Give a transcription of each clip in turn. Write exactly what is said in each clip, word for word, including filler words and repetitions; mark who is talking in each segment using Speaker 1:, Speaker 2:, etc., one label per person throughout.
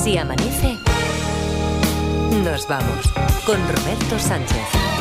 Speaker 1: Si amanece, nos vamos con Roberto Sánchez.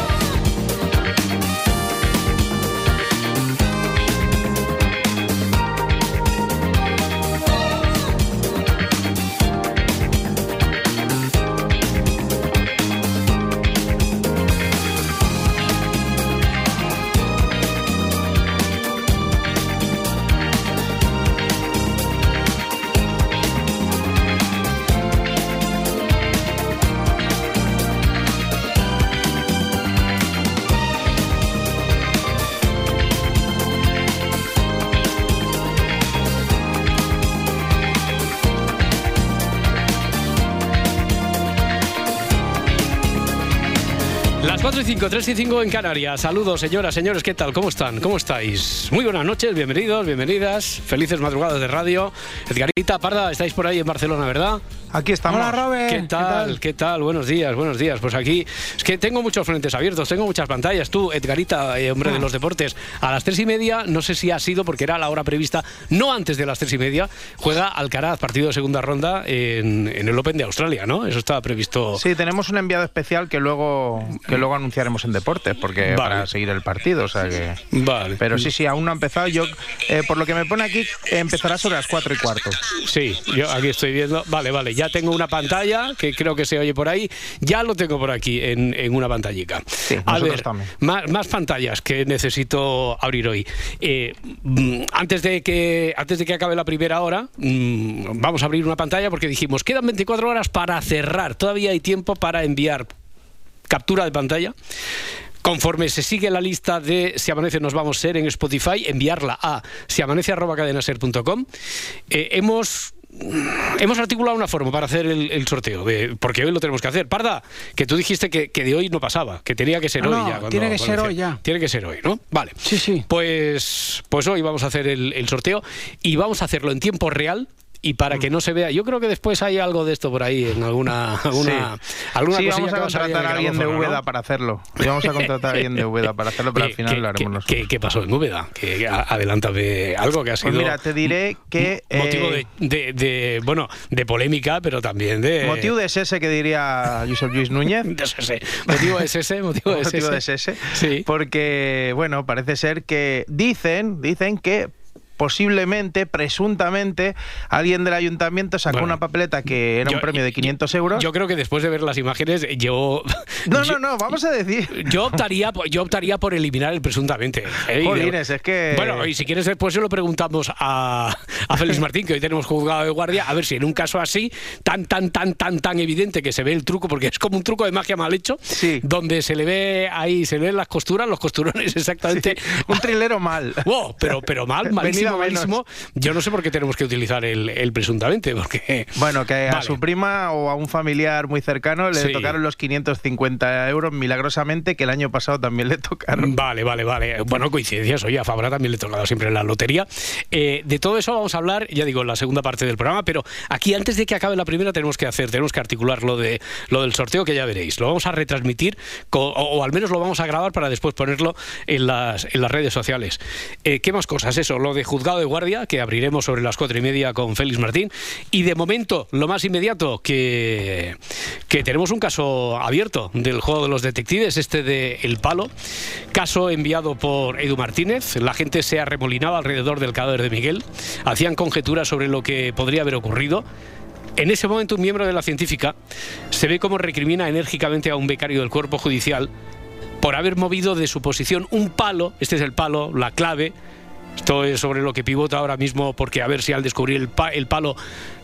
Speaker 2: cuatro y cinco, tres y cinco en Canarias. Saludos, señoras, señores, ¿qué tal? ¿Cómo están? ¿Cómo estáis? Muy buenas noches, bienvenidos, bienvenidas. Felices madrugadas de radio. Edgarita, Parda, estáis por ahí en Barcelona, ¿verdad?
Speaker 3: Aquí estamos.
Speaker 4: Hola, Robert.
Speaker 2: ¿Qué tal? ¿Qué tal? ¿Qué tal? Buenos días, buenos días. Pues aquí es que tengo muchos frentes abiertos, tengo muchas pantallas. Tú, Edgarita, eh, hombre ah. de los deportes, a las tres y media, no sé si ha sido porque era la hora prevista, no antes de las tres y media, juega Alcaraz, partido de segunda ronda en, en el Open de Australia, ¿no? Eso estaba previsto.
Speaker 3: Sí, tenemos un enviado especial que luego que luego anunciaremos en deportes, porque vale. para seguir el partido, o sea que.
Speaker 2: Vale.
Speaker 3: Pero sí, sí, aún no ha empezado. Yo, eh, por lo que me pone aquí, empezará sobre las cuatro y cuarto.
Speaker 2: Sí, yo aquí estoy viendo. Vale, vale. Ya tengo una pantalla que creo que se oye por ahí. Ya lo tengo por aquí en, en una pantallica.
Speaker 3: Sí,
Speaker 2: a ver,
Speaker 3: también.
Speaker 2: Más, más pantallas que necesito abrir hoy. Eh, antes de que antes de que acabe la primera hora, mmm, vamos a abrir una pantalla porque dijimos quedan veinticuatro horas para cerrar. Todavía hay tiempo para enviar captura de pantalla. Conforme se sigue la lista de Si Amanece Nos Vamos Ser en Spotify, enviarla a siamanece arroba cadenaser punto com. Eh, hemos Hemos articulado una forma para hacer el, el sorteo, de, porque hoy lo tenemos que hacer. Parda, que tú dijiste que, que de hoy no pasaba, que tenía que ser
Speaker 4: no,
Speaker 2: hoy
Speaker 4: no,
Speaker 2: ya. Cuando,
Speaker 4: tiene que ser
Speaker 2: decía,
Speaker 4: hoy ya.
Speaker 2: Tiene que ser hoy, ¿no? Vale.
Speaker 4: Sí, sí.
Speaker 2: Pues, pues hoy vamos a hacer el, el sorteo y vamos a hacerlo en tiempo real. Y para que no se vea, yo creo que después hay algo de esto por ahí, en alguna alguna,
Speaker 3: sí.
Speaker 2: alguna
Speaker 3: sí,
Speaker 2: cosilla
Speaker 3: vamos a
Speaker 2: que
Speaker 3: contratar a alguien de Úbeda, ¿no? para hacerlo. Y vamos a contratar a alguien de Úbeda para hacerlo, pero al final
Speaker 2: ¿Qué,
Speaker 3: lo haremos
Speaker 2: qué,
Speaker 3: nosotros.
Speaker 2: ¿qué, ¿Qué pasó en Úbeda? Que, adelántame algo que ha sido...
Speaker 3: Pues mira, te diré que...
Speaker 2: Motivo
Speaker 3: eh,
Speaker 2: de, de, de, bueno, de polémica, pero también de...
Speaker 3: Motivo de ese que diría Josep Lluís Núñez.
Speaker 2: De ese. Motivo de ese, motivo de ese.
Speaker 3: Motivo de ese.
Speaker 2: Sí.
Speaker 3: Porque, bueno, parece ser que dicen, dicen que... posiblemente, presuntamente, alguien del ayuntamiento sacó bueno, una papeleta que era yo, un premio de quinientos euros.
Speaker 2: Yo creo que después de ver las imágenes, yo...
Speaker 3: No,
Speaker 2: yo,
Speaker 3: no, no, vamos a decir...
Speaker 2: Yo optaría, yo optaría por eliminar el presuntamente. ¿eh?
Speaker 3: Jolines, es que...
Speaker 2: Bueno, y si quieres después se lo preguntamos a, a Félix Martín, que hoy tenemos juzgado de guardia, a ver si en un caso así, tan, tan, tan, tan, tan evidente que se ve el truco, porque es como un truco de magia mal hecho,
Speaker 3: sí.
Speaker 2: donde se le ve ahí, se le ven las costuras, los costurones exactamente...
Speaker 3: Sí, un trilero mal.
Speaker 2: Wow, pero, pero mal, malísimo. Malísimo. Yo no sé por qué tenemos que utilizar el, el presuntamente, porque...
Speaker 3: Bueno, que vale. a su prima o a un familiar muy cercano le sí. tocaron los quinientos cincuenta euros milagrosamente, que el año pasado también le tocaron.
Speaker 2: Vale, vale, vale. Bueno, coincidencias. Oye, a Fabra también le tocaba siempre en la lotería. Eh, de todo eso vamos a hablar, ya digo, en la segunda parte del programa, pero aquí antes de que acabe la primera tenemos que hacer, tenemos que articular lo, de, lo del sorteo, que ya veréis. Lo vamos a retransmitir, o, o al menos lo vamos a grabar para después ponerlo en las, en las redes sociales. Eh, ¿Qué más cosas? Eso, lo de juzgado de guardia, que abriremos sobre las cuatro y media con Félix Martín. Y de momento, lo más inmediato, que, que tenemos un caso abierto del juego de los detectives, este de El Palo. Caso enviado por Edu Martínez. La gente se arremolinaba alrededor del cadáver de Miguel. Hacían conjeturas sobre lo que podría haber ocurrido. En ese momento, un miembro de la científica se ve cómo recrimina enérgicamente a un becario del cuerpo judicial por haber movido de su posición un palo. Este es el palo, la clave. Esto es sobre lo que pivota ahora mismo, porque a ver si al descubrir el, pa el palo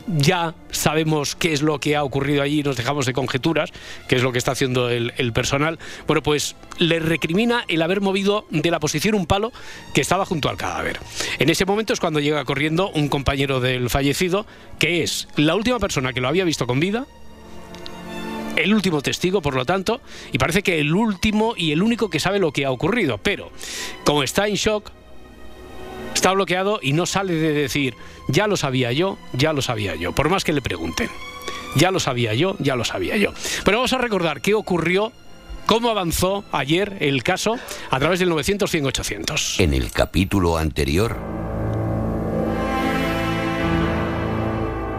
Speaker 2: ya sabemos qué es lo que ha ocurrido allí y nos dejamos de conjeturas, que es lo que está haciendo el, el personal. Bueno, pues le recrimina el haber movido de la posición un palo que estaba junto al cadáver. En ese momento es cuando llega corriendo un compañero del fallecido, que es la última persona que lo había visto con vida, el último testigo, por lo tanto, y parece que el último y el único que sabe lo que ha ocurrido. Pero, como está en shock, está bloqueado y no sale de decir, ya lo sabía yo, ya lo sabía yo, por más que le pregunten. Ya lo sabía yo, ya lo sabía yo. Pero vamos a recordar qué ocurrió, cómo avanzó ayer el caso a través del novecientos, cien, ochocientos.
Speaker 5: En el capítulo anterior...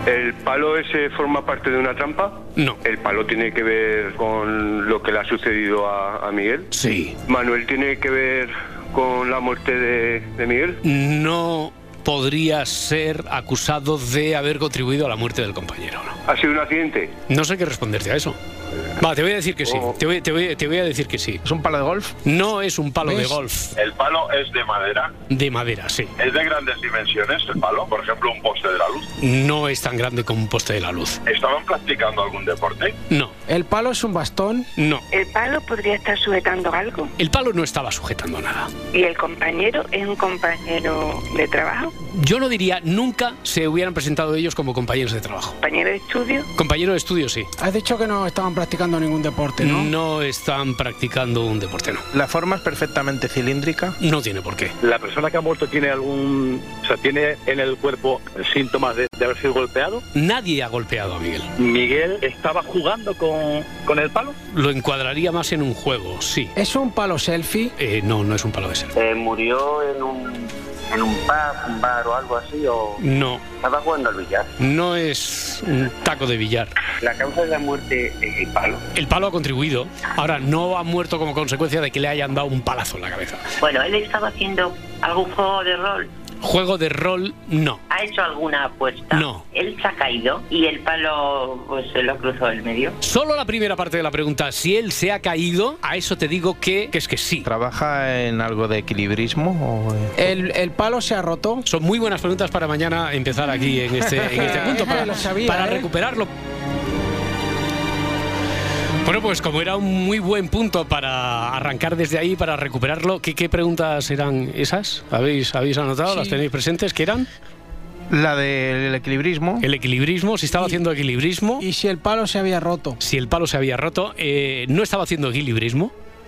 Speaker 4: ¿El palo ese forma parte de una trampa?
Speaker 2: No.
Speaker 4: ¿El palo tiene que ver con lo que le ha sucedido a, a Miguel?
Speaker 2: Sí.
Speaker 4: ¿Manuel tiene que ver con la muerte de, de Miguel?
Speaker 2: No podría ser acusado de haber contribuido a la muerte del compañero, ¿no?
Speaker 4: ¿Ha sido un accidente?
Speaker 2: No sé qué responderte a eso. Va, te voy a decir que sí.
Speaker 4: Oh.
Speaker 2: Te voy, te voy- te voy a decir que sí.
Speaker 3: ¿Es un palo de golf?
Speaker 2: No es un palo de
Speaker 5: ¿Ves?
Speaker 2: golf.
Speaker 6: El palo es de madera,
Speaker 2: De madera, sí.
Speaker 6: es de grandes dimensiones el palo, por ejemplo un poste de la luz.
Speaker 2: No es tan grande como un poste de la luz.
Speaker 6: ¿Estaban practicando algún deporte?
Speaker 2: No,
Speaker 5: El palo es un bastón.
Speaker 2: no.
Speaker 7: El palo podría estar sujetando algo.
Speaker 2: El palo no estaba sujetando nada.
Speaker 7: Y el compañero es un compañero de trabajo,
Speaker 2: Yo no diría nunca se hubieran presentado ellos como compañeros de trabajo.
Speaker 7: compañero de estudio.
Speaker 2: Compañero de estudio, sí.
Speaker 5: Has dicho que no estaban practicando ningún deporte, ¿no?
Speaker 2: No están practicando un deporte, no.
Speaker 3: La forma es perfectamente cilíndrica.
Speaker 2: No tiene por qué.
Speaker 8: ¿La persona que ha muerto tiene algún, o sea, tiene en el cuerpo síntomas de, de haber sido golpeado?
Speaker 2: Nadie ha golpeado a Miguel.
Speaker 8: ¿Miguel estaba jugando con, con el palo?
Speaker 2: Lo encuadraría más en un juego, sí.
Speaker 5: ¿Es un palo selfie?
Speaker 2: Eh, no, no es un palo de ser.
Speaker 9: Eh, ¿Murió en un, en un pub, un bar o algo así? ¿O
Speaker 2: No,
Speaker 9: estaba jugando al billar?
Speaker 2: no es un taco de billar.
Speaker 9: ¿La causa de la muerte es el palo?
Speaker 2: El palo ha contribuido. Ahora, no ha muerto como consecuencia de que le hayan dado un palazo en la cabeza.
Speaker 10: Bueno, él estaba haciendo algún juego de rol.
Speaker 2: Juego de rol, no.
Speaker 10: ¿Ha hecho alguna apuesta?
Speaker 2: No.
Speaker 10: Él se ha caído y el palo pues se lo cruzó del medio.
Speaker 2: Solo la primera parte de la pregunta, si él se ha caído, a eso te digo que, que es que sí.
Speaker 3: ¿Trabaja en algo de equilibrismo? O, eh?
Speaker 5: ¿El, el palo se ha roto?
Speaker 2: Son muy buenas preguntas para mañana empezar aquí en este, en este punto, para,
Speaker 5: Lo sabía,
Speaker 2: para
Speaker 5: ¿eh?
Speaker 2: recuperarlo. Bueno, pues como era un muy buen punto para arrancar desde ahí, para recuperarlo, ¿qué, qué preguntas eran esas? ¿Habéis, habéis anotado?
Speaker 5: Sí.
Speaker 2: ¿Las tenéis presentes? ¿Qué eran?
Speaker 3: La del equilibrismo.
Speaker 2: El equilibrismo, si estaba
Speaker 5: Y-
Speaker 2: haciendo equilibrismo,
Speaker 5: ¿Y si el palo se había roto?
Speaker 2: si el palo se había roto, eh, no estaba haciendo equilibrismo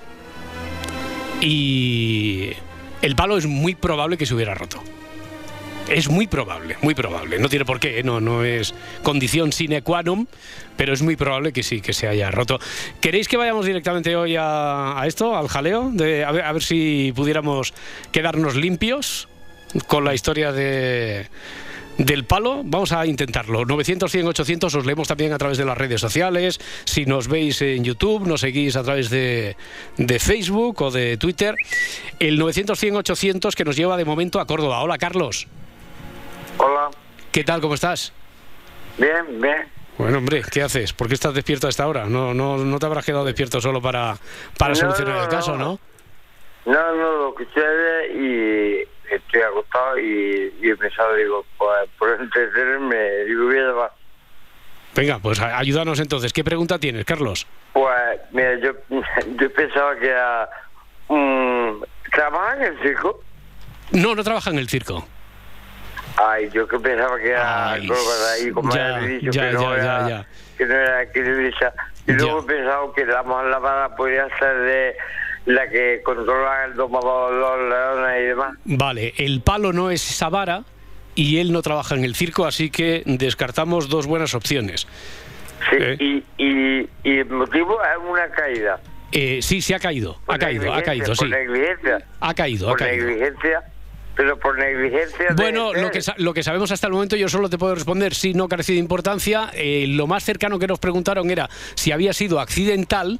Speaker 2: y el palo es muy probable que se hubiera roto. Es muy probable, muy probable. No tiene por qué, ¿eh? no, no es condición sine qua non, pero es muy probable que sí, que se haya roto. ¿Queréis que vayamos directamente hoy a, a esto, al jaleo? De, a, ver, a ver si pudiéramos quedarnos limpios con la historia de... del palo. Vamos a intentarlo. novecientos, cien, ochocientos, os leemos también a través de las redes sociales. Si nos veis en YouTube, nos seguís a través de, de Facebook o de Twitter. El novecientos, cien, ochocientos que nos lleva de momento a Córdoba. Hola, Carlos.
Speaker 9: Hola.
Speaker 2: ¿Qué tal? ¿Cómo estás?
Speaker 9: Bien, bien.
Speaker 2: Bueno, hombre, ¿qué haces? ¿Por qué estás despierto a esta hora? No, no, no te habrás quedado despierto solo para, para
Speaker 9: No,
Speaker 2: solucionar
Speaker 9: no,
Speaker 2: el caso,
Speaker 9: no.
Speaker 2: ¿no?
Speaker 9: No, no, lo que sucede y estoy acostado y, y he pensado, digo, pues por entretenerme, digo, voy a llamar.
Speaker 2: Venga, pues a- ayúdanos entonces. ¿Qué pregunta tienes, Carlos?
Speaker 9: Pues, mira, yo, yo pensaba que era... Um, ¿Trabaja en el circo?
Speaker 2: No, no trabaja en el circo.
Speaker 9: Ay, yo que pensaba que era
Speaker 2: Ay,
Speaker 9: acróbata ahí, como
Speaker 2: ya,
Speaker 9: había dicho,
Speaker 2: ya,
Speaker 9: que, no
Speaker 2: ya,
Speaker 9: era,
Speaker 2: ya, ya.
Speaker 9: que no era equilibrista. Y
Speaker 2: Ya.
Speaker 9: luego he pensado que la más lavada podría ser de la que controla el domador, los leones y demás.
Speaker 2: Vale, el palo no es esa vara y él no trabaja en el circo, así que descartamos dos buenas opciones.
Speaker 9: Sí,
Speaker 2: ¿Eh?
Speaker 9: y, y, y el motivo es una caída.
Speaker 2: Eh, sí, sí ha caído, ha
Speaker 9: Por
Speaker 2: caído, ha
Speaker 9: negligencia,
Speaker 2: caído, sí.
Speaker 9: Por negligencia.
Speaker 2: Ha caído, ha
Speaker 9: Por
Speaker 2: caído.
Speaker 9: negligencia. Pero por negligencia. de-
Speaker 2: Bueno,
Speaker 9: de
Speaker 2: lo
Speaker 9: él.
Speaker 2: que, sa- lo que sabemos hasta el momento, yo solo te puedo responder sí, no carecía de importancia. Eh, lo más cercano que nos preguntaron era si había sido accidental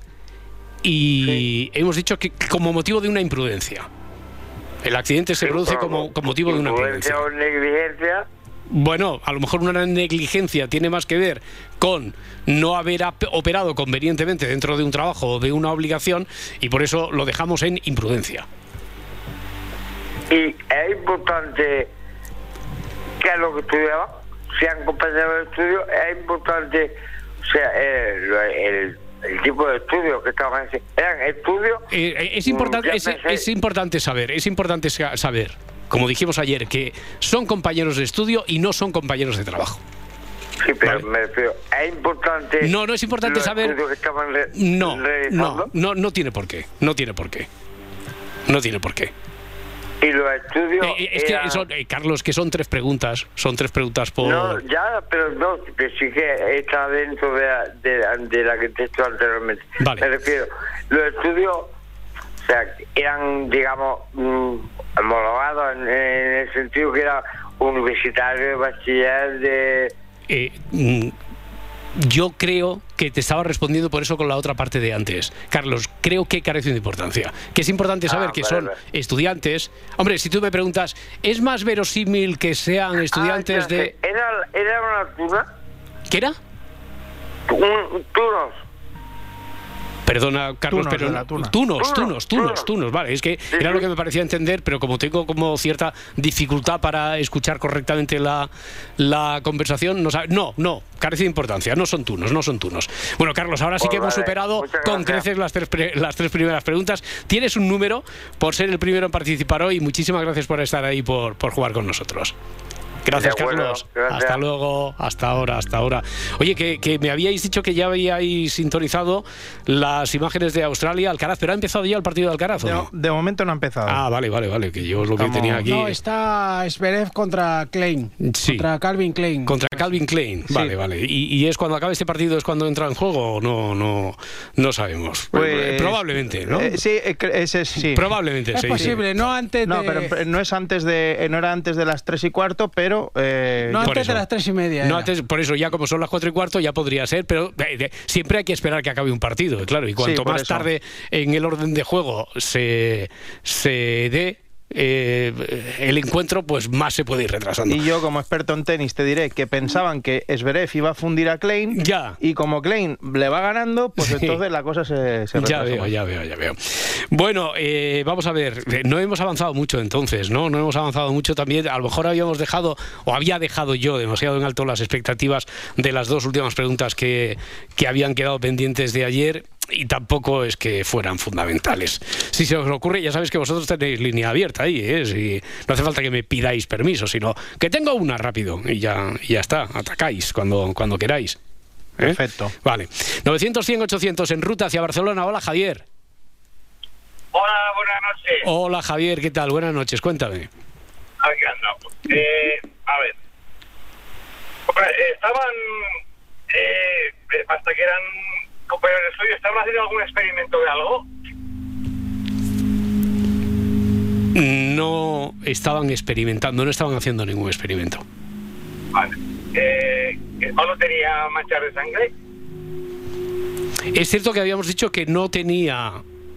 Speaker 2: y hemos dicho que como motivo de una imprudencia. El accidente se
Speaker 9: Sí,
Speaker 2: produce
Speaker 9: bueno,
Speaker 2: como, como motivo de una imprudencia.
Speaker 9: Imprudencia o negligencia.
Speaker 2: Bueno, a lo mejor una negligencia tiene más que ver con no haber ap- operado convenientemente dentro de un trabajo o de una obligación y por eso lo dejamos en imprudencia.
Speaker 9: Y es importante que es lo que estudiaba, sean compañeros de estudio, es importante, o sea, el, el, el tipo de estudios que estaban haciendo. ¿Eran estudios?
Speaker 2: Eh, eh, es,
Speaker 9: Mm,
Speaker 2: importante,
Speaker 9: ya
Speaker 2: es,
Speaker 9: pensé.
Speaker 2: es importante saber, es importante sa- saber, como dijimos ayer, que son compañeros de estudio y no son compañeros de trabajo.
Speaker 9: Sí, pero
Speaker 2: Vale.
Speaker 9: me refiero, es importante.
Speaker 2: No, no es importante
Speaker 9: los
Speaker 2: saber.
Speaker 9: estudios que estaban re-
Speaker 2: No,
Speaker 9: realizando.
Speaker 2: no, no, no tiene por qué, no tiene por qué. No tiene por qué.
Speaker 9: Y los estudios.
Speaker 2: Eh, eh, es que
Speaker 9: eran-
Speaker 2: son, eh, Carlos, que son tres preguntas, son tres preguntas por...
Speaker 9: No, ya, pero no, que sí que está dentro de la, de, la- de la que te he dicho anteriormente.
Speaker 2: Vale.
Speaker 9: Me refiero, los estudios, o sea, eran, digamos, mm, homologados en, en el sentido que era universitario, bachiller, de
Speaker 2: eh, mm, yo creo que te estaba respondiendo por eso con la otra parte de antes. Carlos, creo que carece de importancia. Que es importante saber ah, que vale, son vale. estudiantes. Hombre, si tú me preguntas, ¿es más verosímil que sean estudiantes ah, de...?
Speaker 9: ¿Era, ¿Era una tuna?
Speaker 2: ¿Qué era?
Speaker 9: Un, tunos.
Speaker 2: Perdona, Carlos,
Speaker 3: tunos,
Speaker 2: pero
Speaker 3: tunos,
Speaker 2: tunos, tunos, tunos, tunos, tunos, vale, es que sí, era sí. lo que me parecía entender, pero como tengo como cierta dificultad para escuchar correctamente la, la conversación, no, sabe, no, no, carece de importancia, no son tunos, no son tunos. Bueno, Carlos, ahora sí que hemos superado con creces las tres, las tres primeras preguntas. Tienes un número por ser el primero en participar hoy y muchísimas gracias por estar ahí, por, por jugar con nosotros. Gracias, Carlos. Gracias. Hasta luego, hasta ahora, hasta ahora. Oye, que, que me habíais dicho que ya habíais sintonizado las imágenes de Australia, Alcaraz, pero ¿ha empezado ya el partido de Alcaraz o no?
Speaker 3: De, de momento no ha empezado.
Speaker 2: Ah, vale, vale, vale, que yo lo que Estamos... tenía aquí...
Speaker 5: No, está Zverev contra Klein, sí. contra Calvin Klein.
Speaker 2: Contra Calvin Klein, vale, sí. vale. ¿Y, ¿Y es cuando acabe este partido, es cuando entra en juego o no, no, no sabemos? Pues, Probablemente, ¿no?
Speaker 3: Eh, sí, ese sí.
Speaker 2: Probablemente,
Speaker 5: es
Speaker 2: sí.
Speaker 5: Es posible, sí. no antes de...
Speaker 3: No, pero no, es antes de, no era antes de las tres y cuarto, pero... Eh,
Speaker 5: no antes de las tres y media.
Speaker 2: No antes, por eso ya como son las cuatro y cuarto ya podría ser, pero eh, de, siempre hay que esperar que acabe un partido, claro. Y cuanto sí, más eso. tarde en el orden de juego se, se dé eh, el encuentro, pues más se puede ir retrasando.
Speaker 3: Y yo como experto en tenis te diré que pensaban que Zverev iba a fundir a Klein
Speaker 2: ya.
Speaker 3: y como Klein le va ganando, pues sí. entonces la cosa se, se retrasa.
Speaker 2: Ya veo,
Speaker 3: más.
Speaker 2: ya veo, ya veo. Bueno, eh, vamos a ver, no hemos avanzado mucho entonces, ¿no? No hemos avanzado mucho también, a lo mejor habíamos dejado, o había dejado yo demasiado en alto las expectativas de las dos últimas preguntas que, que habían quedado pendientes de ayer. Y tampoco es que fueran fundamentales. Si se os ocurre, ya sabéis que vosotros tenéis línea abierta ahí, ¿eh? Si no hace falta que me pidáis permiso, sino que tengo una rápido y ya, y ya está, atacáis cuando, cuando queráis. ¿Eh?
Speaker 3: Perfecto.
Speaker 2: Vale. novecientos, cien, ochocientos en ruta hacia Barcelona. Hola, Javier.
Speaker 11: Hola, buenas noches.
Speaker 2: Hola, Javier, ¿qué tal? Buenas noches, cuéntame.
Speaker 11: Aquí andamos. Eh, a ver. Estaban, eh, hasta que eran compañeros de estudio, ¿estaban haciendo algún experimento de algo?
Speaker 2: No estaban experimentando, no estaban haciendo ningún experimento.
Speaker 11: Vale. Eh, ¿El palo tenía manchas de sangre?
Speaker 2: Es cierto que habíamos dicho que no tenía,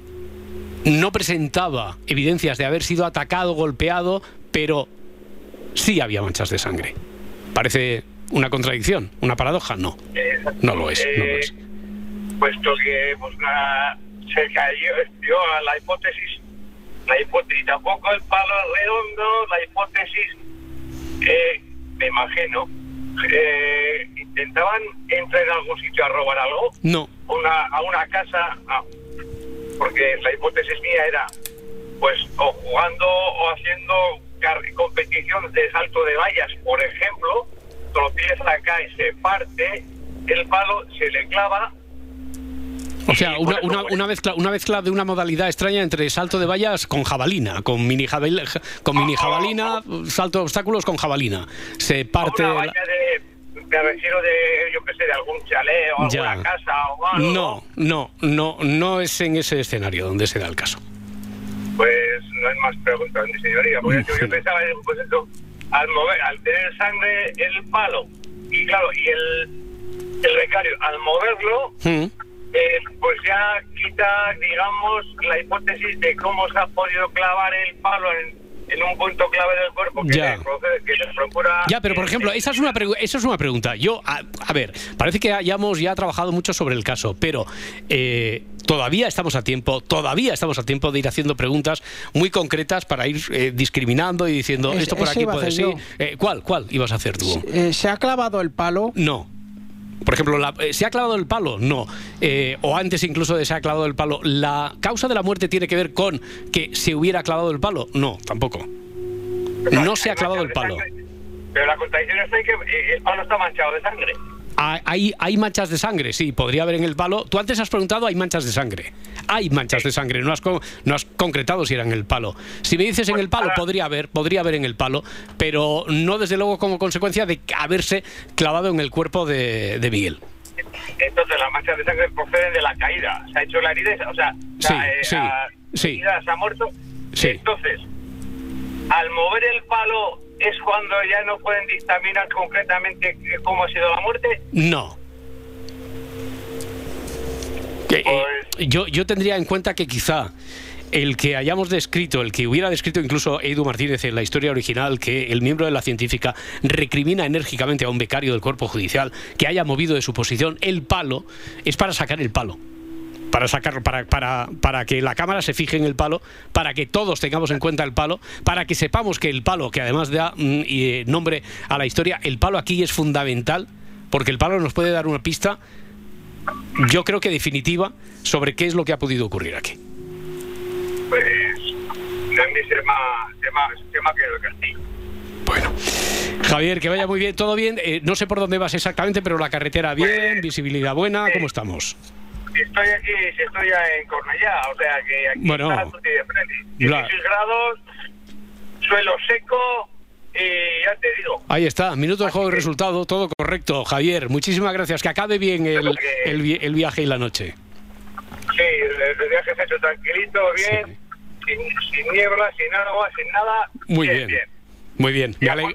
Speaker 2: no presentaba evidencias de haber sido atacado, golpeado, pero sí había manchas de sangre. ¿Parece una contradicción, una paradoja? No, eh, no lo es, no lo es.
Speaker 11: Puesto que pues, una, se cayó dio a la hipótesis, la hipótesis, tampoco el palo redondo, la hipótesis, eh, me imagino, eh, intentaban entrar en algún sitio a robar algo,
Speaker 2: no,
Speaker 11: una, a una casa, no, porque la hipótesis mía era, pues, o jugando o haciendo competición de salto de vallas, por ejemplo, tropieza acá y se parte, el palo se le clava.
Speaker 2: O sea, una, una, una, mezcla, una mezcla de una modalidad extraña entre salto de vallas con jabalina, con mini, jabal, con mini jabalina, salto de obstáculos con jabalina. Se parte...
Speaker 11: Una valla de, me refiero de, yo qué sé, de algún chalet o alguna ya. casa o algo.
Speaker 2: No, no, no, no es en ese escenario donde se da el caso.
Speaker 11: Pues no hay más preguntas, mi señoría, porque yo, yo pensaba, pues eso, al mover, al tener sangre el palo, y claro, y el, el becario, al moverlo... ¿Mm? Eh, pues ya quita, digamos, la hipótesis de cómo se ha podido clavar el palo en, en un punto clave del cuerpo que,
Speaker 2: ya.
Speaker 11: Le, procede, que le procura...
Speaker 2: Ya, pero por ejemplo, esa es una, esa es una pregunta. Yo, a, a ver, parece que hayamos ya trabajado mucho sobre el caso, pero eh, todavía estamos a tiempo, todavía estamos a tiempo de ir haciendo preguntas muy concretas para ir eh, discriminando y diciendo es, esto por aquí puede ser. Eh, ¿Cuál? ¿Cuál ibas a hacer tú?
Speaker 5: Eh, ¿Se ha clavado el palo?
Speaker 2: No. Por ejemplo, la, ¿se ha clavado el palo? No. Eh, o antes incluso de se ha clavado el palo. ¿La causa de la muerte tiene que ver con que se hubiera clavado el palo? No, tampoco. No se ha clavado el palo.
Speaker 11: Pero la contradicción es que el palo está manchado de sangre.
Speaker 2: Hay, hay manchas de sangre, sí, podría haber en el palo. Tú antes has preguntado, hay manchas de sangre. Hay manchas de sangre, no has, no has concretado si era en el palo. Si me dices en el palo, podría haber, podría haber en el palo, pero no desde luego como consecuencia de haberse clavado en el cuerpo de, de Miguel.
Speaker 11: Entonces las manchas de sangre proceden de la caída. Se ha hecho la herida, o sea,
Speaker 2: sí,
Speaker 11: la, eh,
Speaker 2: sí,
Speaker 11: la
Speaker 2: sí.
Speaker 11: herida se ha muerto.
Speaker 2: Sí.
Speaker 11: Entonces, al mover el palo es cuando ya no pueden dictaminar concretamente cómo ha sido la muerte.
Speaker 2: No. Que, eh, yo, yo tendría en cuenta que quizá el que hayamos descrito, el que hubiera descrito incluso Edu Martínez en la historia original, que el miembro de la científica recrimina enérgicamente a un becario del cuerpo judicial que haya movido de su posición el palo, es para sacar el palo. Para sacarlo, para, para, para que la cámara se fije en el palo, para que todos tengamos en cuenta el palo, para que sepamos que el palo, que además da mm, y, nombre a la historia, el palo aquí es fundamental, porque el palo nos puede dar una pista, yo creo que definitiva, sobre qué es lo que ha podido ocurrir aquí.
Speaker 11: Pues no es mi tema, tema, tema que el castigo.
Speaker 2: Bueno, Javier, que vaya muy bien, todo bien. Eh, no sé por dónde vas exactamente, pero la carretera bien, pues, visibilidad buena, ¿cómo estamos?
Speaker 11: Estoy aquí, estoy en Cornellá, o sea que aquí
Speaker 2: bueno,
Speaker 11: está de frente. dieciséis grados, suelo seco. Y ya te digo.
Speaker 2: Ahí está, minuto de juego y resultado, todo correcto. Javier, muchísimas gracias, que acabe bien el, el, el viaje y la noche.
Speaker 11: Sí, el, el viaje se ha hecho tranquilito, bien, sí. sin, sin niebla, sin agua, sin nada.
Speaker 2: Muy
Speaker 11: bien.
Speaker 2: bien.
Speaker 11: bien.
Speaker 2: Muy bien, me, aleg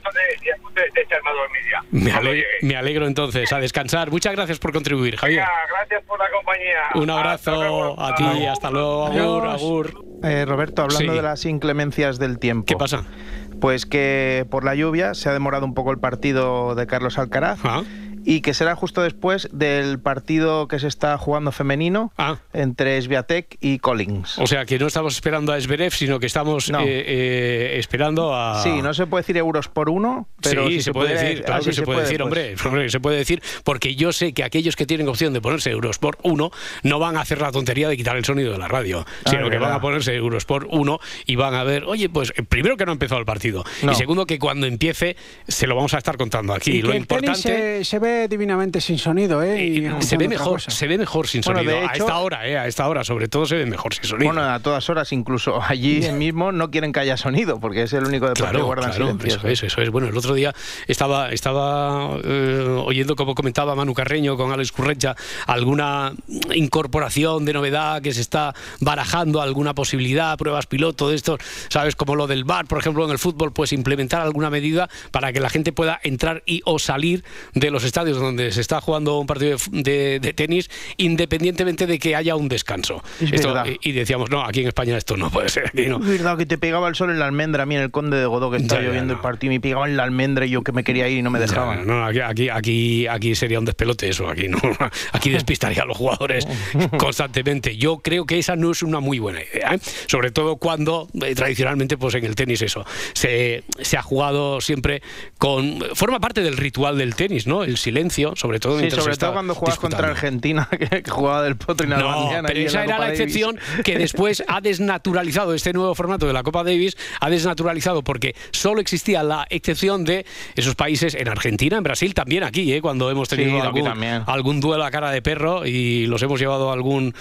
Speaker 2: me, aleg me alegro entonces, a descansar. Muchas gracias por contribuir, Javier.
Speaker 11: Venga, gracias por la compañía.
Speaker 2: Un abrazo a ti, hasta luego, agur, agur.
Speaker 3: Eh, Roberto, hablando
Speaker 2: sí.
Speaker 3: de las inclemencias del tiempo.
Speaker 2: ¿Qué pasa?
Speaker 3: Pues que por la lluvia se ha demorado un poco el partido de Carlos Alcaraz. ¿Ah? Y que será justo después del partido que se está jugando femenino ah. entre Swiatek y Collins.
Speaker 2: O sea, que no estamos esperando a Zverev, sino que estamos no. eh, eh, esperando a...
Speaker 3: Sí, no se puede decir euros por uno, pero
Speaker 2: sí,
Speaker 3: sí
Speaker 2: se,
Speaker 3: se
Speaker 2: puede
Speaker 3: puede
Speaker 2: decir, claro que se, se puede, puede decir, hombre, hombre, se puede decir, porque yo sé que aquellos que tienen opción de ponerse euros por uno no van a hacer la tontería de quitar el sonido de la radio, ah, sino que van a ponerse euros por uno y van a ver, oye, pues primero que no ha empezado el partido, no. y segundo que cuando empiece se lo vamos a estar contando aquí.
Speaker 5: Y
Speaker 2: lo
Speaker 5: que
Speaker 2: importante...
Speaker 5: Se, se ve divinamente sin sonido, ¿eh? Y
Speaker 2: se ve mejor, cosa. se ve mejor sin
Speaker 3: bueno,
Speaker 2: sonido.
Speaker 3: De hecho,
Speaker 2: a esta hora, ¿eh? A esta hora, sobre todo, se ve mejor sin sonido.
Speaker 3: Bueno, a todas horas, incluso allí mismo no quieren que haya sonido, porque es el único deporte
Speaker 2: claro,
Speaker 3: que guardan
Speaker 2: claro,
Speaker 3: silencio.
Speaker 2: Eso es, eso es. Bueno, el otro día estaba, estaba eh, oyendo como comentaba Manu Carreño con Alex Currecha alguna incorporación de novedad que se está barajando, alguna posibilidad, pruebas piloto de estos, ¿sabes? Como lo del V A R, por ejemplo, en el fútbol, pues implementar alguna medida para que la gente pueda entrar y o salir de los estadios donde se está jugando un partido de, de, de tenis, independientemente de que haya un descanso. Esto, y, y decíamos, no, aquí en España esto no puede ser. Aquí no.
Speaker 3: Es verdad que te pegaba el sol en la almendra, a mí en el Conde de Godó, que estaba ya, lloviendo no. el partido, me pegaba en la almendra y yo que me quería ir y no me dejaban.
Speaker 2: Ya, no, aquí, aquí, aquí, aquí sería un despelote eso, aquí no. Aquí despistaría a los jugadores constantemente. Yo creo que esa no es una muy buena idea, ¿eh? Sobre todo cuando eh, tradicionalmente pues en el tenis eso se, se ha jugado siempre con... Forma parte del ritual del tenis, ¿no? El silencio, sobre todo
Speaker 3: sí, sobre todo cuando jugabas contra Argentina, que, que jugaba del potro y nada
Speaker 2: no,
Speaker 3: mañana.
Speaker 2: Pero esa
Speaker 3: la
Speaker 2: era
Speaker 3: Copa
Speaker 2: la
Speaker 3: Davis.
Speaker 2: excepción que después ha desnaturalizado este nuevo formato de la Copa Davis, ha desnaturalizado porque solo existía la excepción de esos países en Argentina, en Brasil, también aquí, ¿eh? Cuando hemos tenido
Speaker 3: sí,
Speaker 2: algún, algún duelo a cara de perro y los hemos llevado a algún...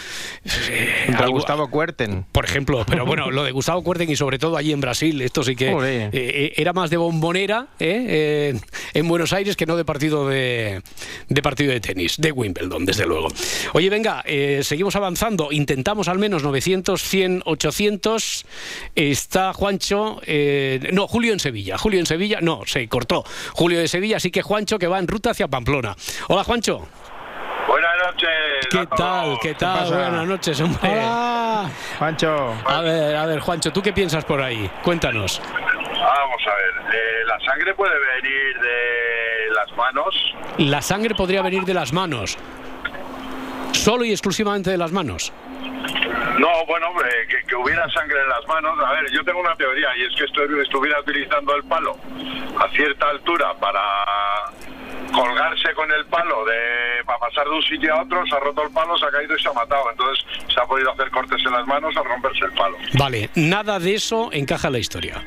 Speaker 3: Eh, algún Gustavo Kuerten.
Speaker 2: Por ejemplo, pero bueno, lo de Gustavo Kuerten y sobre todo allí en Brasil, esto sí que eh, era más de bombonera ¿eh? Eh, en Buenos Aires que no de partido de, de partido de tenis, de Wimbledon, desde luego. Oye, venga, eh, seguimos avanzando, intentamos al menos novecientos, cien, ochocientos. Está Juancho, eh, no, Julio en Sevilla, Julio en Sevilla, no, se cortó, Julio de Sevilla, así que Juancho que va en ruta hacia Pamplona. Hola, Juancho.
Speaker 6: Buenas noches.
Speaker 2: ¿Qué tal? ¿Qué tal? ¿Qué Buenas noches, hombre.
Speaker 3: Hola, Juancho.
Speaker 2: A ver, a ver, Juancho, ¿tú qué piensas por ahí? Cuéntanos.
Speaker 6: Vamos a ver, eh, la sangre puede venir de las manos.
Speaker 2: La sangre podría venir de las manos. ¿Solo y exclusivamente de las manos?
Speaker 6: No, bueno, hombre, que, que hubiera sangre en las manos. A ver, yo tengo una teoría y es que esto, estuviera utilizando el palo a cierta altura para colgarse con el palo de para pasar de un sitio a otro, se ha roto el palo, se ha caído y se ha matado. Entonces se ha podido hacer cortes en las manos al romperse el palo.
Speaker 2: Vale, nada de eso encaja en la historia.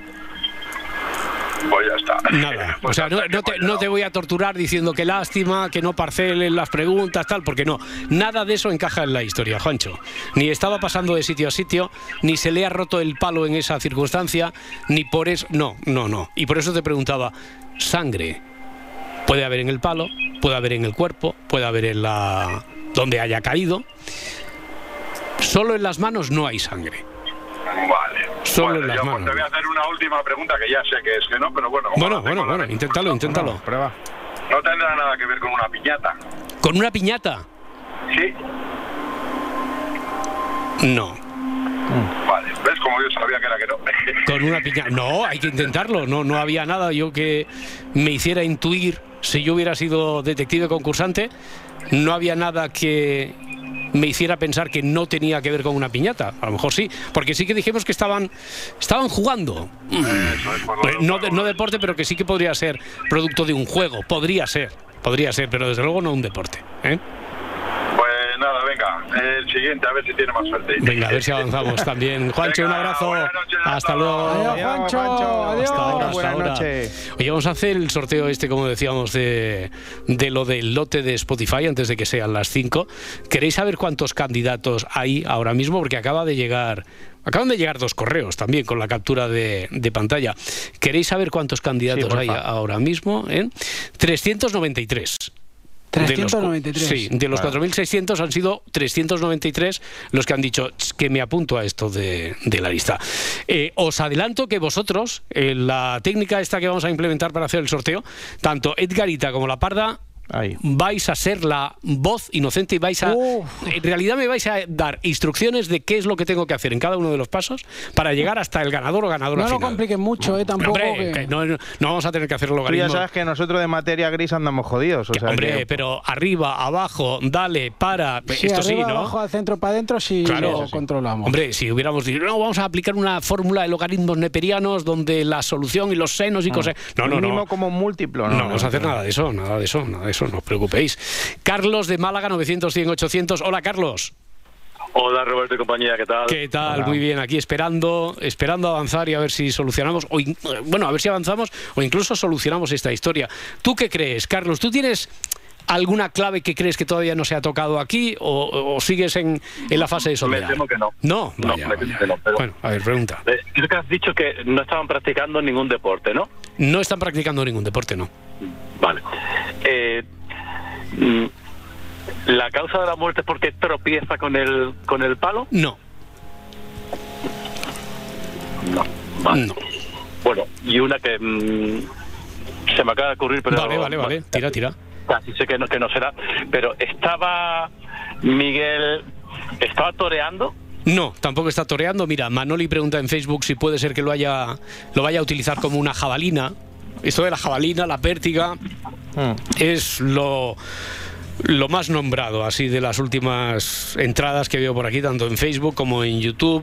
Speaker 6: Pues ya está.
Speaker 2: Nada, o sea, no, no, te, no te voy a torturar diciendo que lástima, que no parcelen las preguntas, tal, porque no, nada de eso encaja en la historia, Juancho. Ni estaba pasando de sitio a sitio, ni se le ha roto el palo en esa circunstancia, ni por eso, no, no, no. Y por eso te preguntaba, sangre, puede haber en el palo, puede haber en el cuerpo, puede haber en la... donde haya caído. Solo en las manos no hay sangre.
Speaker 6: Vale.
Speaker 2: Solo
Speaker 6: bueno,
Speaker 2: en las
Speaker 6: yo,
Speaker 2: manos.
Speaker 6: Pues, te voy a hacer una última pregunta que ya sé que es que no, pero bueno.
Speaker 2: Bueno, bueno, bueno, inténtalo, inténtalo.
Speaker 3: No, prueba.
Speaker 6: No tendrá nada que ver con una piñata.
Speaker 2: ¿Con una piñata?
Speaker 6: Sí.
Speaker 2: No.
Speaker 6: Vale, ¿ves? Como yo sabía que era que no.
Speaker 2: Con una piñata. No, hay que intentarlo. No, no había nada yo que me hiciera intuir. Si yo hubiera sido detective concursante, no había nada que me hiciera pensar que no tenía que ver con una piñata. A lo mejor sí, porque sí que dijimos que estaban estaban jugando. No, no deporte, pero que sí que podría ser producto de un juego. Podría ser, podría ser, pero desde luego no un deporte, ¿eh?
Speaker 6: Pues nada, venga, el siguiente, a ver si tiene más suerte.
Speaker 2: Venga, a ver si avanzamos también. Juancho, venga, un abrazo. Noches, hasta luego.
Speaker 5: Adiós, Juancho. Adiós.
Speaker 2: Hasta ahora, hasta ahora. Oye, vamos a hacer el sorteo este, como decíamos, de, de lo del lote de Spotify antes de que sean las cinco. ¿Queréis saber cuántos candidatos hay ahora mismo? Porque acaba de llegar... Acaban de llegar dos correos también con la captura de, de pantalla. ¿Queréis saber cuántos candidatos sí, hay ahora mismo? ¿Eh? trescientos noventa y tres.
Speaker 5: trescientos noventa y tres.
Speaker 2: De los, sí, de los cuatro mil seiscientos han sido trescientos noventa y tres los que han dicho que me apunto a esto de, de la lista. Eh, os adelanto que vosotros, eh, la técnica esta que vamos a implementar para hacer el sorteo, tanto Edgarita como la Parda, Ahí. vais a ser la voz inocente y vais a... Uf. En realidad me vais a dar instrucciones de qué es lo que tengo que hacer en cada uno de los pasos para llegar hasta el ganador o ganadora
Speaker 5: no
Speaker 2: final.
Speaker 5: No lo compliquen mucho, ¿eh? Tampoco
Speaker 2: hombre,
Speaker 5: que...
Speaker 2: Que no, no vamos a tener que hacer el logaritmo.
Speaker 3: Tú ya sabes que nosotros de materia gris andamos jodidos. O
Speaker 2: que,
Speaker 3: sea,
Speaker 2: hombre,
Speaker 3: que...
Speaker 2: pero arriba, abajo, dale, para...
Speaker 5: Sí,
Speaker 2: esto
Speaker 5: arriba,
Speaker 2: sí, ¿no?
Speaker 5: abajo, al centro, para adentro, sí
Speaker 2: claro,
Speaker 5: lo
Speaker 2: sí.
Speaker 5: controlamos.
Speaker 2: Hombre, si hubiéramos dicho, no, vamos a aplicar una fórmula de logaritmos neperianos donde la solución y los senos y
Speaker 3: no.
Speaker 2: cosas... No, no, no.
Speaker 3: Mínimo como un múltiplo.
Speaker 2: No, no, no vamos a hacer nada de eso, nada de eso, nada de eso, no os preocupéis. Carlos de Málaga, novecientos, cien, ochocientos. Hola, Carlos.
Speaker 8: Hola, Roberto y compañía, ¿qué tal?
Speaker 2: ¿Qué tal?
Speaker 3: Hola.
Speaker 2: Muy bien, aquí esperando, esperando avanzar y a ver si solucionamos, o in, bueno, a ver si avanzamos o incluso solucionamos esta historia. ¿Tú qué crees, Carlos? ¿Tú tienes alguna clave que crees que todavía no se ha tocado aquí o, o sigues en, en la fase de soledad?
Speaker 8: Me temo que no.
Speaker 2: No, vaya,
Speaker 8: no,
Speaker 2: vaya.
Speaker 8: Que no pero
Speaker 2: bueno, a ver, pregunta.
Speaker 8: Creo que has dicho que no estaban practicando ningún deporte, ¿no?
Speaker 2: No están practicando ningún deporte, no.
Speaker 8: Vale. Eh, ¿La causa de la muerte es porque tropieza con el con el palo?
Speaker 2: No.
Speaker 8: No. Vale.
Speaker 2: No.
Speaker 8: Bueno, y una que mmm, se me acaba de ocurrir, pero...
Speaker 2: Vale, vale, vale. Tira, tira.
Speaker 8: Casi sé que no, que no será. Pero estaba Miguel... ¿Estaba toreando?
Speaker 2: No, tampoco está toreando. Mira, Manoli pregunta en Facebook si puede ser que lo haya lo vaya a utilizar como una jabalina. Esto de la jabalina, la pértiga, mm. es lo... lo más nombrado, así, de las últimas entradas que veo por aquí, tanto en Facebook como en YouTube.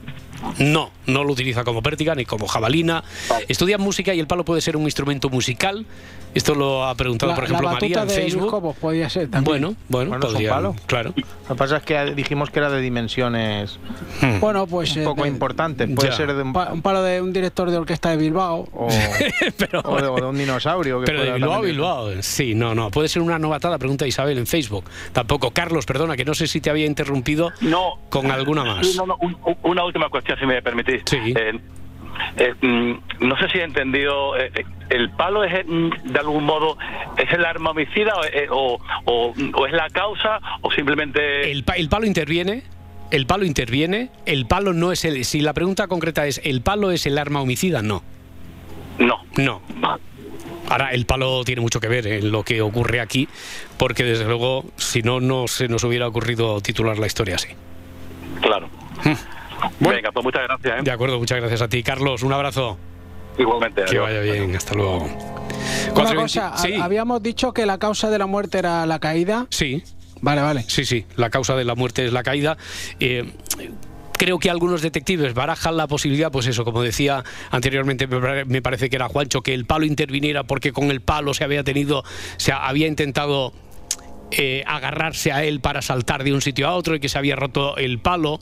Speaker 2: No, no lo utiliza como pértiga ni como jabalina. Estudia música y el palo puede ser un instrumento musical. Esto lo ha preguntado,
Speaker 5: la,
Speaker 2: por ejemplo,
Speaker 5: la
Speaker 2: María en
Speaker 5: de
Speaker 2: Facebook.
Speaker 5: Cobos podía ser también.
Speaker 2: Bueno, bueno,
Speaker 3: bueno
Speaker 2: podría,
Speaker 3: es un palo.
Speaker 2: Claro.
Speaker 3: Lo que pasa es que dijimos que era de dimensiones
Speaker 2: hmm.
Speaker 5: bueno, pues,
Speaker 3: un poco
Speaker 5: de,
Speaker 3: importantes. Puede
Speaker 2: ya.
Speaker 3: ser de un...
Speaker 5: un palo de un director de orquesta de Bilbao
Speaker 3: o,
Speaker 2: pero,
Speaker 3: o, de, o de un dinosaurio. Que
Speaker 2: pero de Bilbao a Bilbao. Sí, no, no. Puede ser una novatada, pregunta Isabel en Facebook. Tampoco. Carlos, perdona, que no sé si te había interrumpido
Speaker 8: no,
Speaker 2: con alguna más.
Speaker 8: Sí, no, no, un, una última cuestión, si me permitís.
Speaker 2: Sí.
Speaker 8: Eh, Eh, no sé si he entendido, eh, ¿el palo es de algún modo es el arma homicida o, o, o es la causa o simplemente...?
Speaker 2: El, el palo interviene, el palo interviene, el palo no es el... Si la pregunta concreta es, ¿el palo es el arma homicida? No.
Speaker 8: No.
Speaker 2: No. Ahora, el palo tiene mucho que ver en lo que ocurre aquí, porque desde luego, si no, no se nos hubiera ocurrido titular la historia así.
Speaker 8: Claro.
Speaker 2: Hmm. Bueno,
Speaker 8: venga, pues muchas gracias. ¿eh?
Speaker 2: De acuerdo, muchas gracias a ti, Carlos. Un abrazo.
Speaker 8: Igualmente.
Speaker 2: Que vaya bien, hasta luego.
Speaker 5: Una cosa, sí. habíamos dicho que la causa de la muerte era la caída.
Speaker 2: Sí.
Speaker 5: Vale, vale.
Speaker 2: Sí, sí, la causa de la muerte es la caída. Eh, creo que algunos detectives barajan la posibilidad, pues eso, como decía anteriormente, me parece que era Juancho, que el palo interviniera porque con el palo se había tenido, se había intentado eh, agarrarse a él para saltar de un sitio a otro y que se había roto el palo.